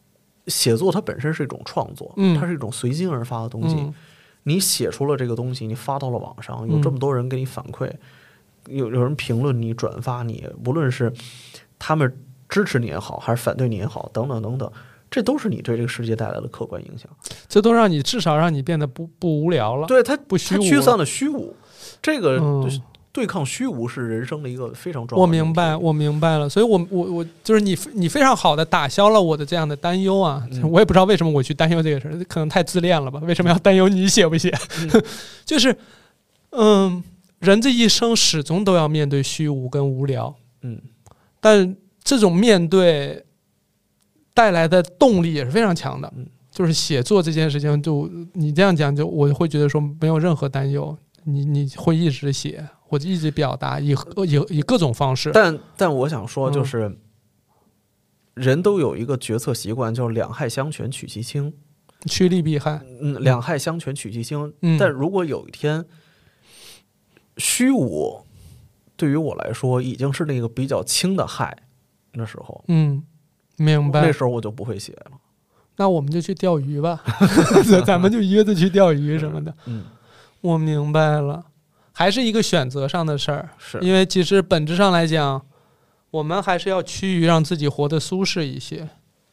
写作它本身是一种创作，它是一种随心而发的东西。你写出了这个东西，你发到了网上，有这么多人给你反馈，有人评论你、转发你，无论是他们支持你也好，还是反对你也好，等等等等，这都是你对这个世界带来的客观影响。 这都让你至少让你变得不无聊了。 对，它不虚无， 它驱散了虚无。这个对抗虚无是人生的一个非常重要的。 我明白了，所以我就是你非常好的打消了我的这样的担忧啊！我也不知道为什么我去担忧这个事儿，可能太自恋了吧？为什么要担忧你写不写？就是人这一生始终都要面对虚无跟无聊，但这种面对带来的动力也是非常强的。就是写作这件事情，就你这样讲，就我会觉得说没有任何担忧，你会一直写。或者一直表达以各种方式， 但我想说，就是人都有一个决策习惯，叫两害相权取其轻， 趋利避害。 两害相权取其轻。但如果有一天虚无对于我来说已经是那个比较轻的害的时候， 明白。 那时候我就不会写了。 那我们就去钓鱼吧，咱们就约着去钓鱼什么的。我明白了。还是一个选择上的事儿，因为其实本质上来讲，我们还是要趋于让自己活得舒适一些。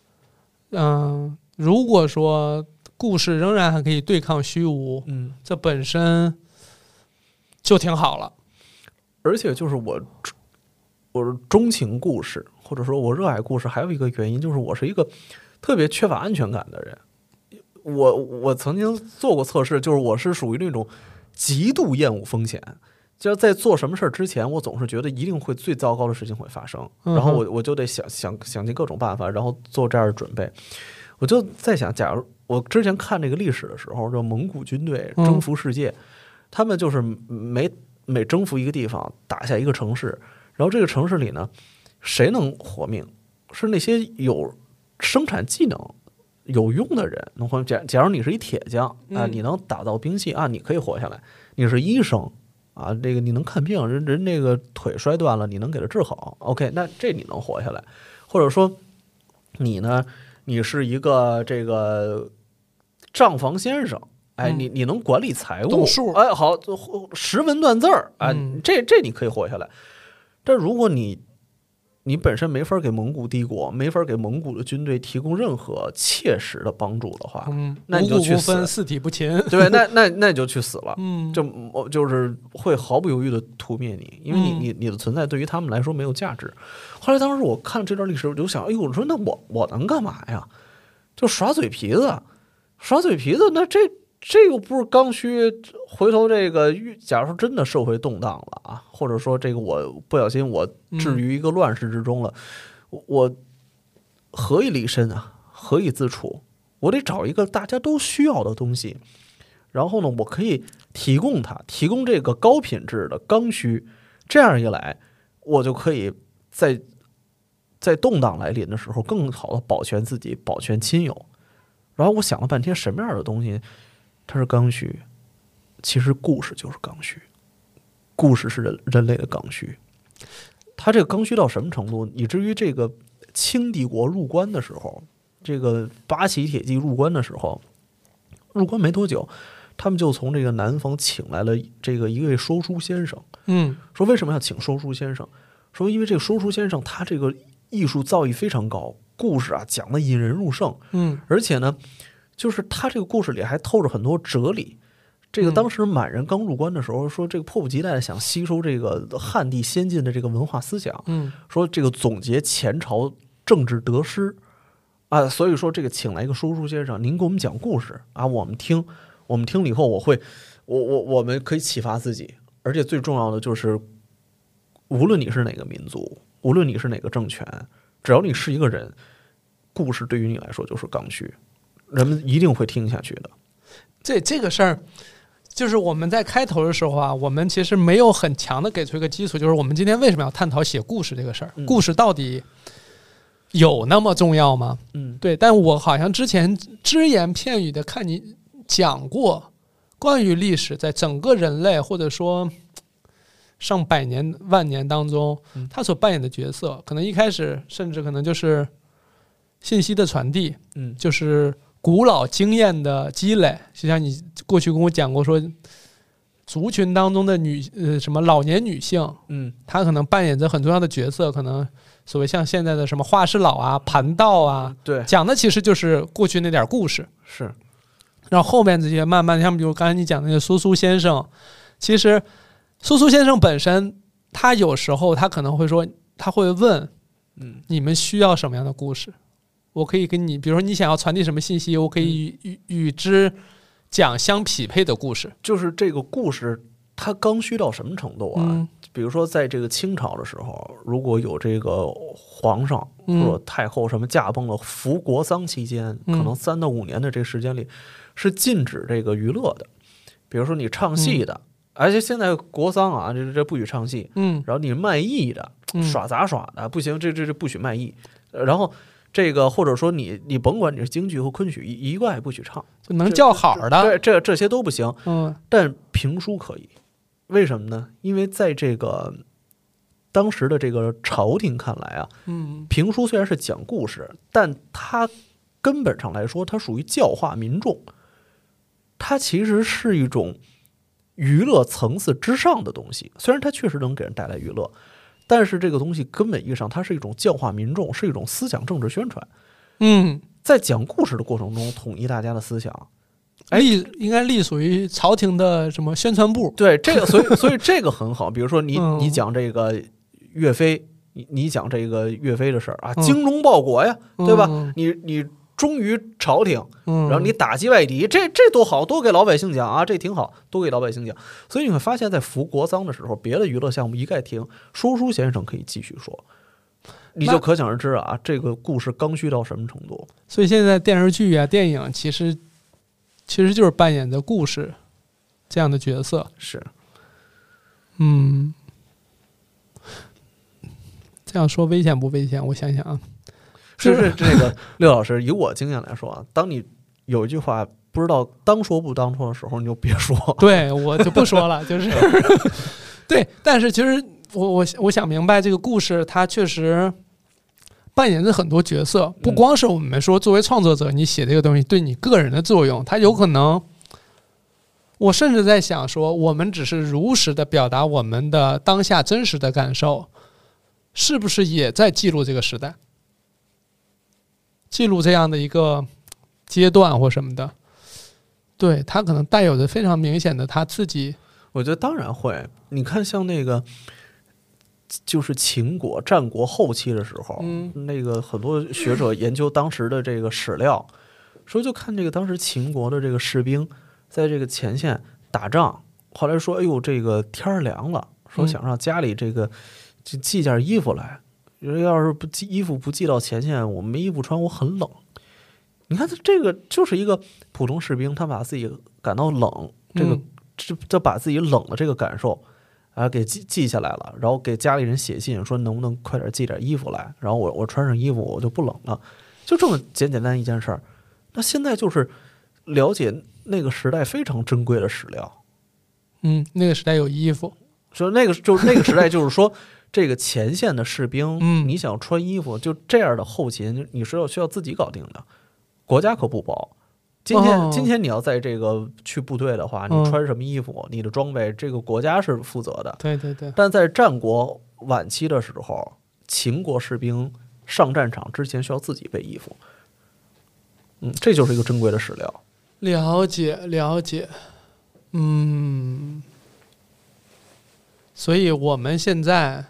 如果说故事仍然还可以对抗虚无，这本身就挺好了。 而且就是我钟情故事，或者说我热爱故事，还有一个原因就是我是一个特别缺乏安全感的人。我曾经做过测试，就是我是属于那种极度厌恶风险，就是在做什么事之前，我总是觉得一定会最糟糕的事情会发生，然后我就得想尽各种办法，然后做这样的准备。我就在想，假如我之前看这个历史的时候，就蒙古军队征服世界，他们就是每征服一个地方，打下一个城市，然后这个城市里呢，谁能活命？是那些有生产技能有用的人能活。假如你是一铁匠啊，你能打造兵器啊，你可以活下来。你是医生啊，这个你能看病，人那个腿摔断了，你能给他治好。OK， 那这你能活下来。或者说你呢，你是一个这个账房先生，哎，你能管理财务， 懂数， 哎，好，识文断字儿啊，这你可以活下来。但如果你本身没法给蒙古帝国、没法给蒙古的军队提供任何切实的帮助的话，那你就去死， 五谷不分，四体不勤。 对，那你就去死了，就是会毫不犹豫的屠灭你，因为你的存在对于他们来说没有价值。后来当时我看这段历史，我就想，哎呦，我说那我能干嘛呀？就耍嘴皮子，那这又不是刚需。回头这个，假如说真的社会动荡了啊，或者说这个我不小心我置于一个乱世之中了，我何以立身啊？何以自处？我得找一个大家都需要的东西，然后呢，我可以提供这个高品质的刚需。这样一来，我就可以在动荡来临的时候，更好的保全自己，保全亲友。然后我想了半天，什么样的东西它是刚需？其实故事就是刚需，故事是人类的刚需。它这个刚需到什么程度，以至于这个清帝国入关的时候，这个八旗铁骑入关的时候，入关没多久，他们就从这个南方请来了这个一位说书先生。说为什么要请说书先生？说因为这个说书先生他这个艺术造诣非常高，故事啊讲的引人入胜。而且呢，就是他这个故事里还透着很多哲理。这个当时满人刚入关的时候，说这个迫不及待的想吸收这个汉地先进的这个文化思想，说这个总结前朝政治得失啊，所以说这个请来一个说书先生，您给我们讲故事啊，我们听了以后，我们可以启发自己，而且最重要的就是，无论你是哪个民族，无论你是哪个政权，只要你是一个人，故事对于你来说就是刚需，人们一定会听下去的。 这个事儿。就是我们在开头的时候啊，我们其实没有很强的给出一个基础，就是我们今天为什么要探讨写故事这个事儿？故事到底有那么重要吗？对。但我好像之前只言片语的看你讲过关于历史在整个人类或者说上百年万年当中，他所扮演的角色，可能一开始甚至可能就是信息的传递，就是古老经验的积累。就像你过去跟我讲过说，族群当中的什么老年女性，她可能扮演着很重要的角色，可能所谓像现在的什么画室佬啊、盘道啊， 对， 讲的其实就是过去那点故事。 是， 然后后面这些慢慢，像比如刚才你讲的那个苏苏先生，其实苏苏先生本身，他有时候他可能会说，他会问，你们需要什么样的故事？我可以跟你，比如说你想要传递什么信息，我可以与之讲相匹配的故事。 就是这个故事它刚需到什么程度啊？比如说在这个清朝的时候，如果有这个皇上或者太后什么驾崩了，服国丧期间，可能3到5年的这个时间里是禁止这个娱乐的。比如说你唱戏的，而且现在国丧啊，这不许唱戏，然后你卖艺的，耍杂耍的不行，这不许卖艺，然后这个或者说你甭管你是京剧和昆曲，一个也不许唱， 就能叫好的， 对，这些都不行。但评书可以，为什么呢？因为在这个当时的这个朝廷看来啊，评书虽然是讲故事，但它根本上来说，它属于教化民众，它其实是一种娱乐层次之上的东西。虽然它确实能给人带来娱乐，但是这个东西根本意义上它是一种教化民众，是一种思想政治宣传。在讲故事的过程中统一大家的思想， 应该隶属于朝廷的什么宣传部？ 对，这个所以这个很好。比如说你讲这个岳飞，你讲这个岳飞的事儿啊，精忠报国呀，对吧？你忠于朝廷，然后你打击外敌，这多好，多给老百姓讲啊，这挺好，多给老百姓讲。所以你会发现在服国丧的时候，别的娱乐项目一概停，说书先生可以继续说，你就可想而知啊，这个故事刚需到什么程度。 所以现在电视剧啊、电影其实就是扮演着故事这样的角色。 是， 这样说危险不危险？我想想啊。 是这个六老师，以我经验来说啊，当你有一句话不知道当说不当说的时候，你就别说。 对，我就不说了，就是对。但是其实我想明白，这个故事它确实扮演着很多角色，不光是我们说作为创作者，你写这个东西对你个人的作用，它有可能，我甚至在想说，我们只是如实的表达我们的当下真实的感受，是不是也在记录这个时代？记录这样的一个阶段或什么的，对，他可能带有着非常明显的他自己。 我觉得当然会。你看，像那个就是秦国战国后期的时候，那个很多学者研究当时的这个史料，说就看这个当时秦国的这个士兵在这个前线打仗，后来说，哎呦，这个天凉了，说想让家里这个就寄件衣服来。要是衣服不寄到前线，我没衣服穿，我很冷。你看，这个就是一个普通士兵，他把自己感到冷，这把自己冷的这个感受啊给记下来了，然后给家里人写信说能不能快点寄点衣服来，然后我穿上衣服我就不冷了，就这么简单一件事儿。那现在就是了解那个时代非常珍贵的史料。 那个时代有衣服， 说那个时代就是说。这个前线的士兵，你想穿衣服，就这样的后勤，你是需要自己搞定的，国家可不包。今天你要在这个去部队的话，你穿什么衣服，你的装备，这个国家是负责的。 对对对。 但在战国晚期的时候，秦国士兵上战场之前需要自己备衣服。这就是一个珍贵的史料。 了解。所以我们现在。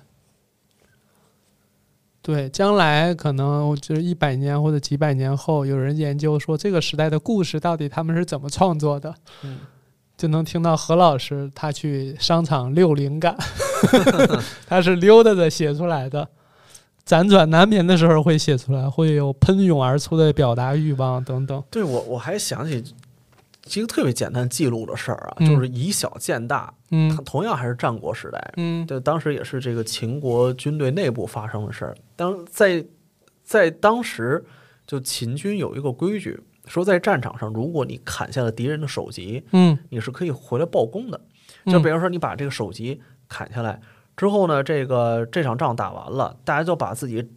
对，将来可能就是100年或者几百年后，有人研究说这个时代的故事到底他们是怎么创作的，就能听到何老师他去商场溜灵感，他是溜达着写出来的，辗转难眠的时候会写出来，会有喷涌而出的表达欲望等等。 对，我还想起一个特别简单记录的事儿啊，就是以小见大。它同样还是战国时代，对，当时也是这个秦国军队内部发生的事儿。在当时，就秦军有一个规矩，说在战场上，如果你砍下了敌人的首级，你是可以回来报功的。就比如说你把这个首级砍下来之后呢，这场仗打完了，大家就把自己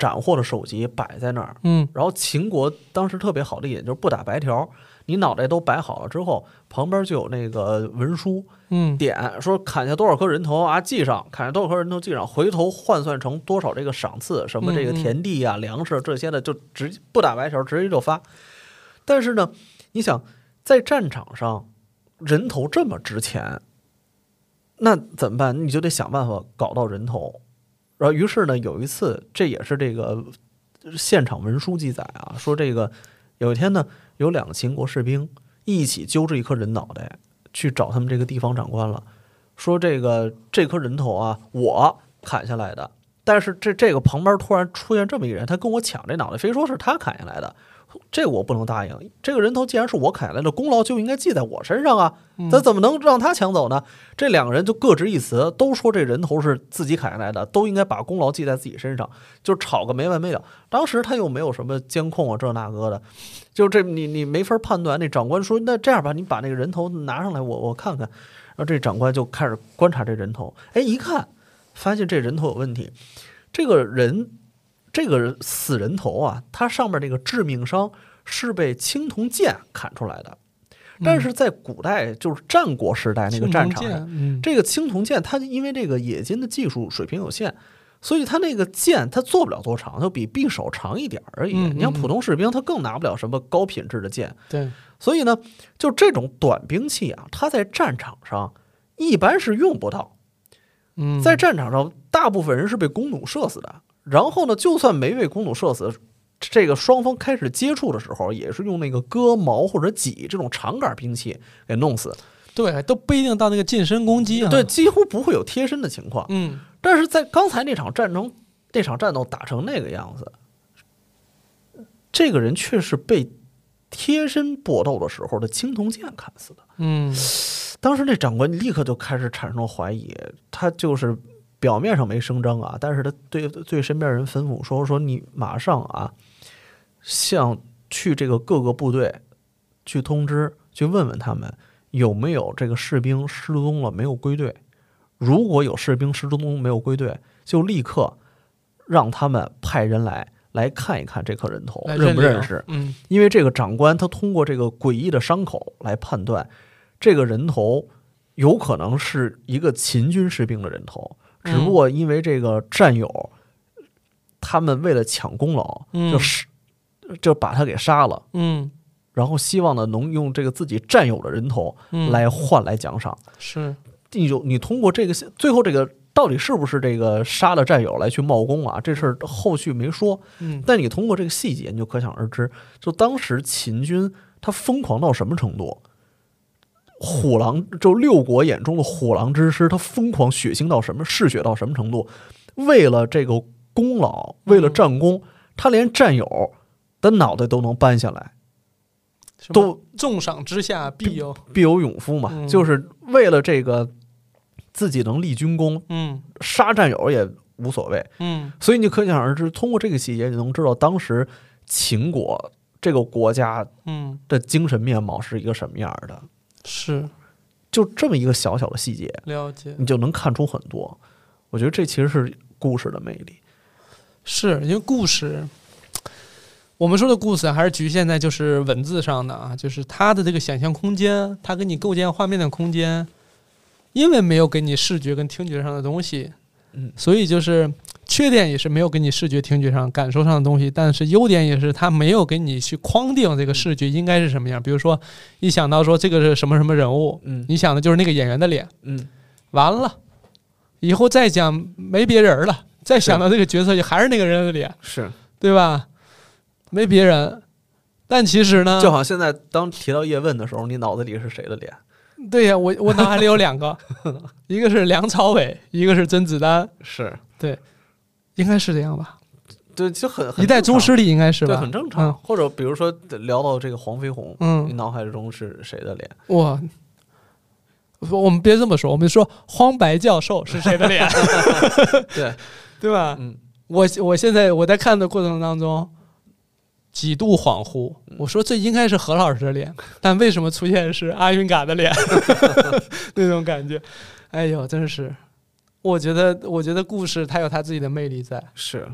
斩获的首级摆在那儿，然后秦国当时特别好的一点就是不打白条，你脑袋都摆好了之后，旁边就有那个文书，点说砍下多少颗人头啊，记上，砍下多少颗人头记上，回头换算成多少这个赏赐，什么这个田地啊、粮食这些的，就直不打白条，直接就发。但是呢，你想在战场上人头这么值钱，那怎么办？你就得想办法搞到人头。然后于是呢，有一次，这也是这个现场文书记载啊，说这个有一天呢，有2个秦国士兵一起揪着一颗人脑袋去找他们这个地方长官了，说这颗人头啊，我砍下来的，但是这个旁边突然出现这么一人，他跟我抢这脑袋，非说是他砍下来的。这个我不能答应，这个人头既然是我砍下来的，功劳就应该记在我身上啊，咱怎么能让他抢走呢？这2个人就各执一词，都说这人头是自己砍下来的，都应该把功劳记在自己身上，就吵个没完没了。当时他又没有什么监控啊，这那个的，就这你没法判断。那长官说，那这样吧，你把那个人头拿上来，我看看。然后这长官就开始观察这人头，哎，一看发现这人头有问题，这个死人头啊，它上面这个致命伤是被青铜剑砍出来的，但是在古代就是战国时代那个战场上，这个青铜剑它因为这个冶金的技术水平有限，所以它那个剑它做不了多长，就比匕首长一点而已。你像普通士兵，他更拿不了什么高品质的剑。 对， 所以呢，就这种短兵器啊，它在战场上一般是用不到。在战场上，大部分人是被弓弩射死的。然后呢，就算没被弓弩射死，这个双方开始接触的时候，也是用那个戈、矛或者戟这种长杆兵器给弄死。 对，都不一定到那个近身攻击啊。 对，几乎不会有贴身的情况。但是在刚才那场战斗打成那个样子，这个人却是被贴身搏斗的时候的青铜剑砍死的。当时那长官立刻就开始产生了怀疑，他就是表面上没声张啊，但是他对身边人吩咐说你马上啊，向去这个各个部队去通知，去问问他们有没有这个士兵失踪了没有归队。如果有士兵失踪没有归队，就立刻让他们派人来看一看这颗人头认不认识。因为这个长官他通过这个诡异的伤口来判断，这个人头有可能是一个秦军士兵的人头。只不过因为这个战友，他们为了抢功劳，就把他给杀了，然后希望呢能用这个自己战友的人头来换来奖赏。 是， 你通过这个最后这个到底是不是这个杀了战友来去冒功啊？这事儿后续没说，但你通过这个细节，你就可想而知，就当时秦军他疯狂到什么程度。虎狼就6国眼中的虎狼之师，他疯狂血腥到什么，嗜血到什么程度？为了这个功劳，为了战功，他连战友的脑袋都能搬下来，都重赏之下必有勇夫嘛。就是为了这个自己能立军功，杀战友也无所谓。所以你可想而知，通过这个细节，你能知道当时秦国这个国家的精神面貌是一个什么样的。 是， 就这么一个小小的细节， 了解， 你就能看出很多。我觉得这其实是故事的魅力。 是因为故事，我们说的故事还是局限在就是文字上的啊，就是它的这个想象空间，它给你构建画面的空间，因为没有给你视觉跟听觉上的东西，所以就是缺点也是没有给你视觉听觉上感受上的东西，但是优点也是它没有给你去框定这个视觉应该是什么样。比如说一想到说这个是什么什么人物，你想的就是那个演员的脸，完了以后再讲没别人了，再想到这个角色就还是那个人的脸， 是对吧？没别人。但其实呢， 就好像现在当提到叶问的时候，你脑子里是谁的脸？ 对呀，我脑海里有2个，一个是梁朝伟，一个是甄子丹。 是， 对，应该是这样吧？ 对，就很一代宗师里应该是吧？ 对，很正常。或者比如说聊到这个黄飞鸿，你脑海中是谁的脸？ 哇，我们别这么说，我们说荒白教授是谁的脸？对吧？我现在我在看的过程当中，几度恍惚，我说这应该是何老师的脸，但为什么出现是阿云嘎的脸？那种感觉，哎呦，真是，我觉得故事它有它自己的魅力在。 是，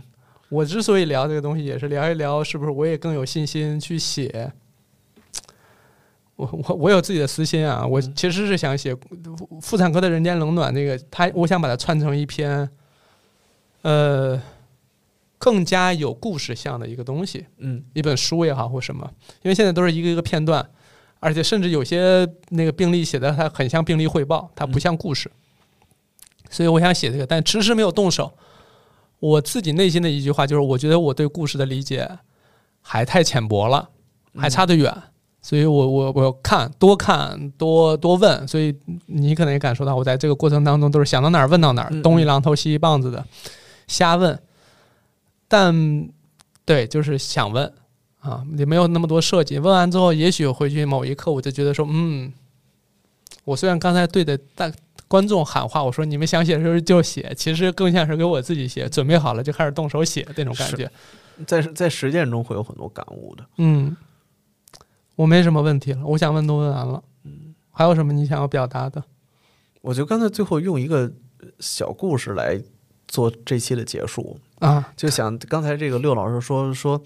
我之所以聊这个东西，也是聊一聊是不是我也更有信心去写。我有自己的私心啊，我其实是想写妇产科的人间冷暖那个，我想把它串成一篇，更加有故事性的一个东西，一本书也好或什么，因为现在都是一个一个片段，而且甚至有些那个病例写的它很像病例汇报，它不像故事，所以我想写这个，但迟迟没有动手。我自己内心的一句话就是，我觉得我对故事的理解还太浅薄了，还差得远。所以我多看多问，所以你可能也感受到我在这个过程当中都是想到哪儿问到哪儿，东一榔头西一棒子的瞎问，但对，就是想问啊，也没有那么多设计。问完之后，也许回去某一刻我就觉得说，我虽然刚才对着观众喊话，我说你们想写的时候就写，其实更像是给我自己写，准备好了就开始动手写那种感觉。 在实践中会有很多感悟的。 我没什么问题了，我想问都问完了。还有什么你想要表达的？ 我就刚才最后用一个小故事来做这期的结束啊， 就想刚才这个六老师说，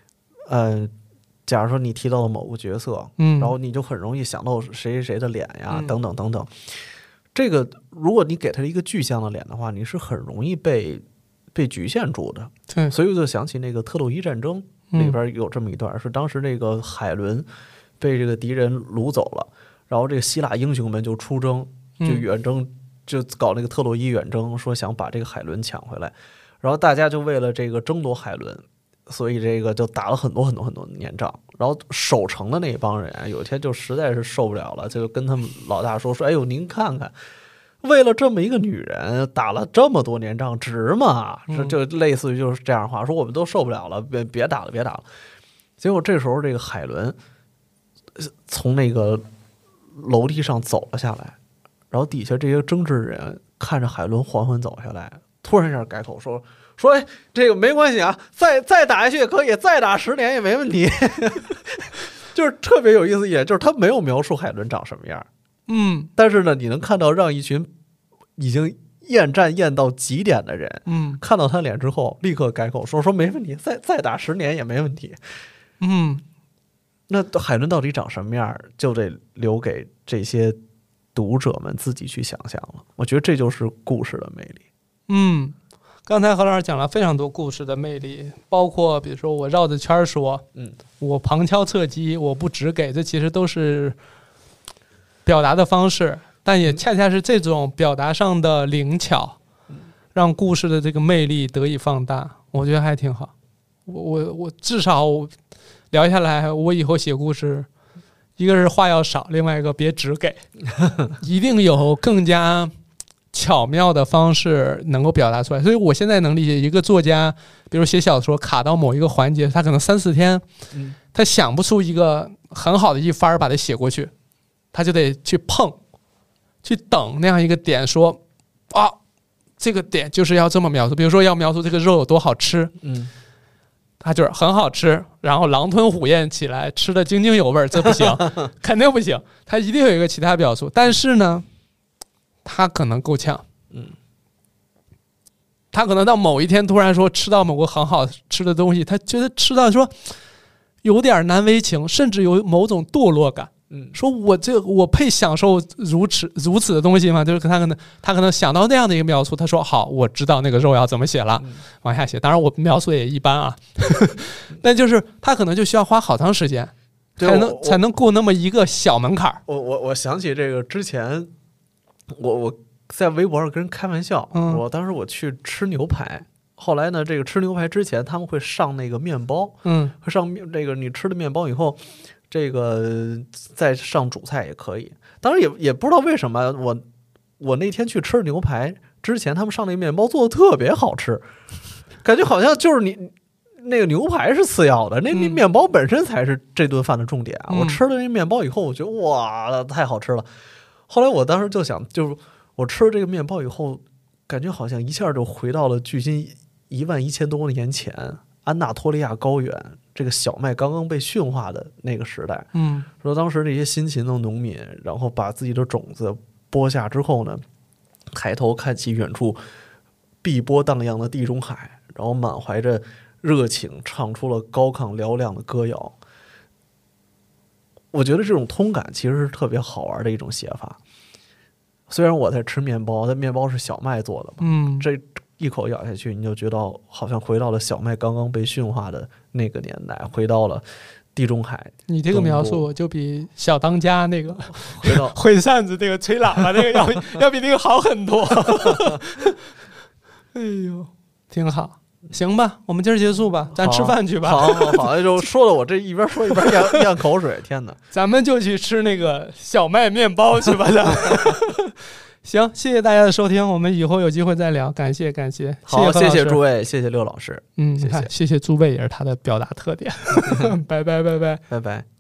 假如说你提到了某个角色，然后你就很容易想到谁谁的脸呀，等等等等。这个如果你给他一个具象的脸的话，你是很容易被局限住的。 对， 所以我就想起那个特洛伊战争。里边有这么一段，是当时那个海伦被这个敌人掳走了，然后这个希腊英雄们就出征，就远征，就搞那个特洛伊远征，说想把这个海伦抢回来，然后大家就为了这个争夺海伦，所以这个就打了很多年仗，然后守城的那帮人有一天就实在是受不了了，就跟他们老大说，哎呦您看看，为了这么一个女人打了这么多年仗值吗？就类似于就是这样的话，说我们都受不了了，别打了。结果这时候这个海伦从那个楼梯上走了下来，然后底下这些争执人看着海伦缓缓走下来，突然一下改口说哎，这个没关系啊，再打下去也可以，再打10年也没问题。就是特别有意思一点，就是他没有描述海伦长什么样。但是呢，你能看到让一群已经厌战厌到极点的人，看到他脸之后，立刻改口说没问题，再打10年也没问题。那海伦到底长什么样，就得留给这些读者们自己去想象了。我觉得这就是故事的魅力。 刚才何老师讲了非常多故事的魅力，包括比如说我绕着圈说，我旁敲侧击，我不只给，这其实都是表达的方式，但也恰恰是这种表达上的灵巧，让故事的这个魅力得以放大，我觉得还挺好。我至少聊下来，我以后写故事，一个是话要少，另外一个别只给，一定有更加巧妙的方式能够表达出来。所以我现在能理解一个作家，比如写小说卡到某一个环节，他可能3-4天，他想不出一个很好的一番把它写过去，他就得去碰去等那样一个点，说这个点就是要这么描述。比如说要描述这个肉有多好吃，它就是很好吃，然后狼吞虎咽起来，吃的津津有味，这不行，肯定不行，它一定有一个其他表述。但是呢，它可能够呛，他可能到某一天突然说吃到某个很好吃的东西，他觉得吃到说有点难为情，甚至有某种堕落感。说我配享受如此的东西吗？就是他可能想到那样的一个描述，他说好，我知道那个肉要怎么写了，往下写。当然我描述也一般啊，但就是他可能就需要花好长时间才能过那么一个小门槛。 我想起这个之前，我在微博上跟人开玩笑，我当时我去吃牛排。后来呢，这个吃牛排之前他们会上那个面包，会上这个你吃了面包以后，这个再上主菜也可以。当然也不知道为什么，我那天去吃牛排之前，他们上那个面包做的特别好吃，感觉好像就是你那个牛排是次要的，那面包本身才是这顿饭的重点。我吃了那面包以后，我觉得哇，太好吃了。后来我当时就想，就是我吃了这个面包以后，感觉好像一下就回到了距今11000多年前安纳托利亚高原这个小麦刚刚被驯化的那个时代。说当时这些辛勤的农民，然后把自己的种子播下之后呢，抬头看起远处碧波荡漾的地中海， 然后满怀着热情唱出了高亢嘹亮的歌谣。我觉得这种通感其实是特别好玩的一种写法。虽然我在吃面包，但面包是小麦做的嘛，这一口咬下去，你就觉得好像回到了小麦刚刚被驯化的那个年代，回到了地中海。 你这个描述就比小当家那个挥扇子那个吹喇叭那个要比那个好很多。哎呦，挺好。行吧，我们今儿结束吧，咱吃饭去吧。 好，就说了我这一边说一边咽口水，天哪！ 咱们就去吃那个小麦面包去吧。行，谢谢大家的收听，我们以后有机会再聊。感谢， 好，谢谢诸位，谢谢六老师。 谢谢诸位也是他的表达特点。拜拜。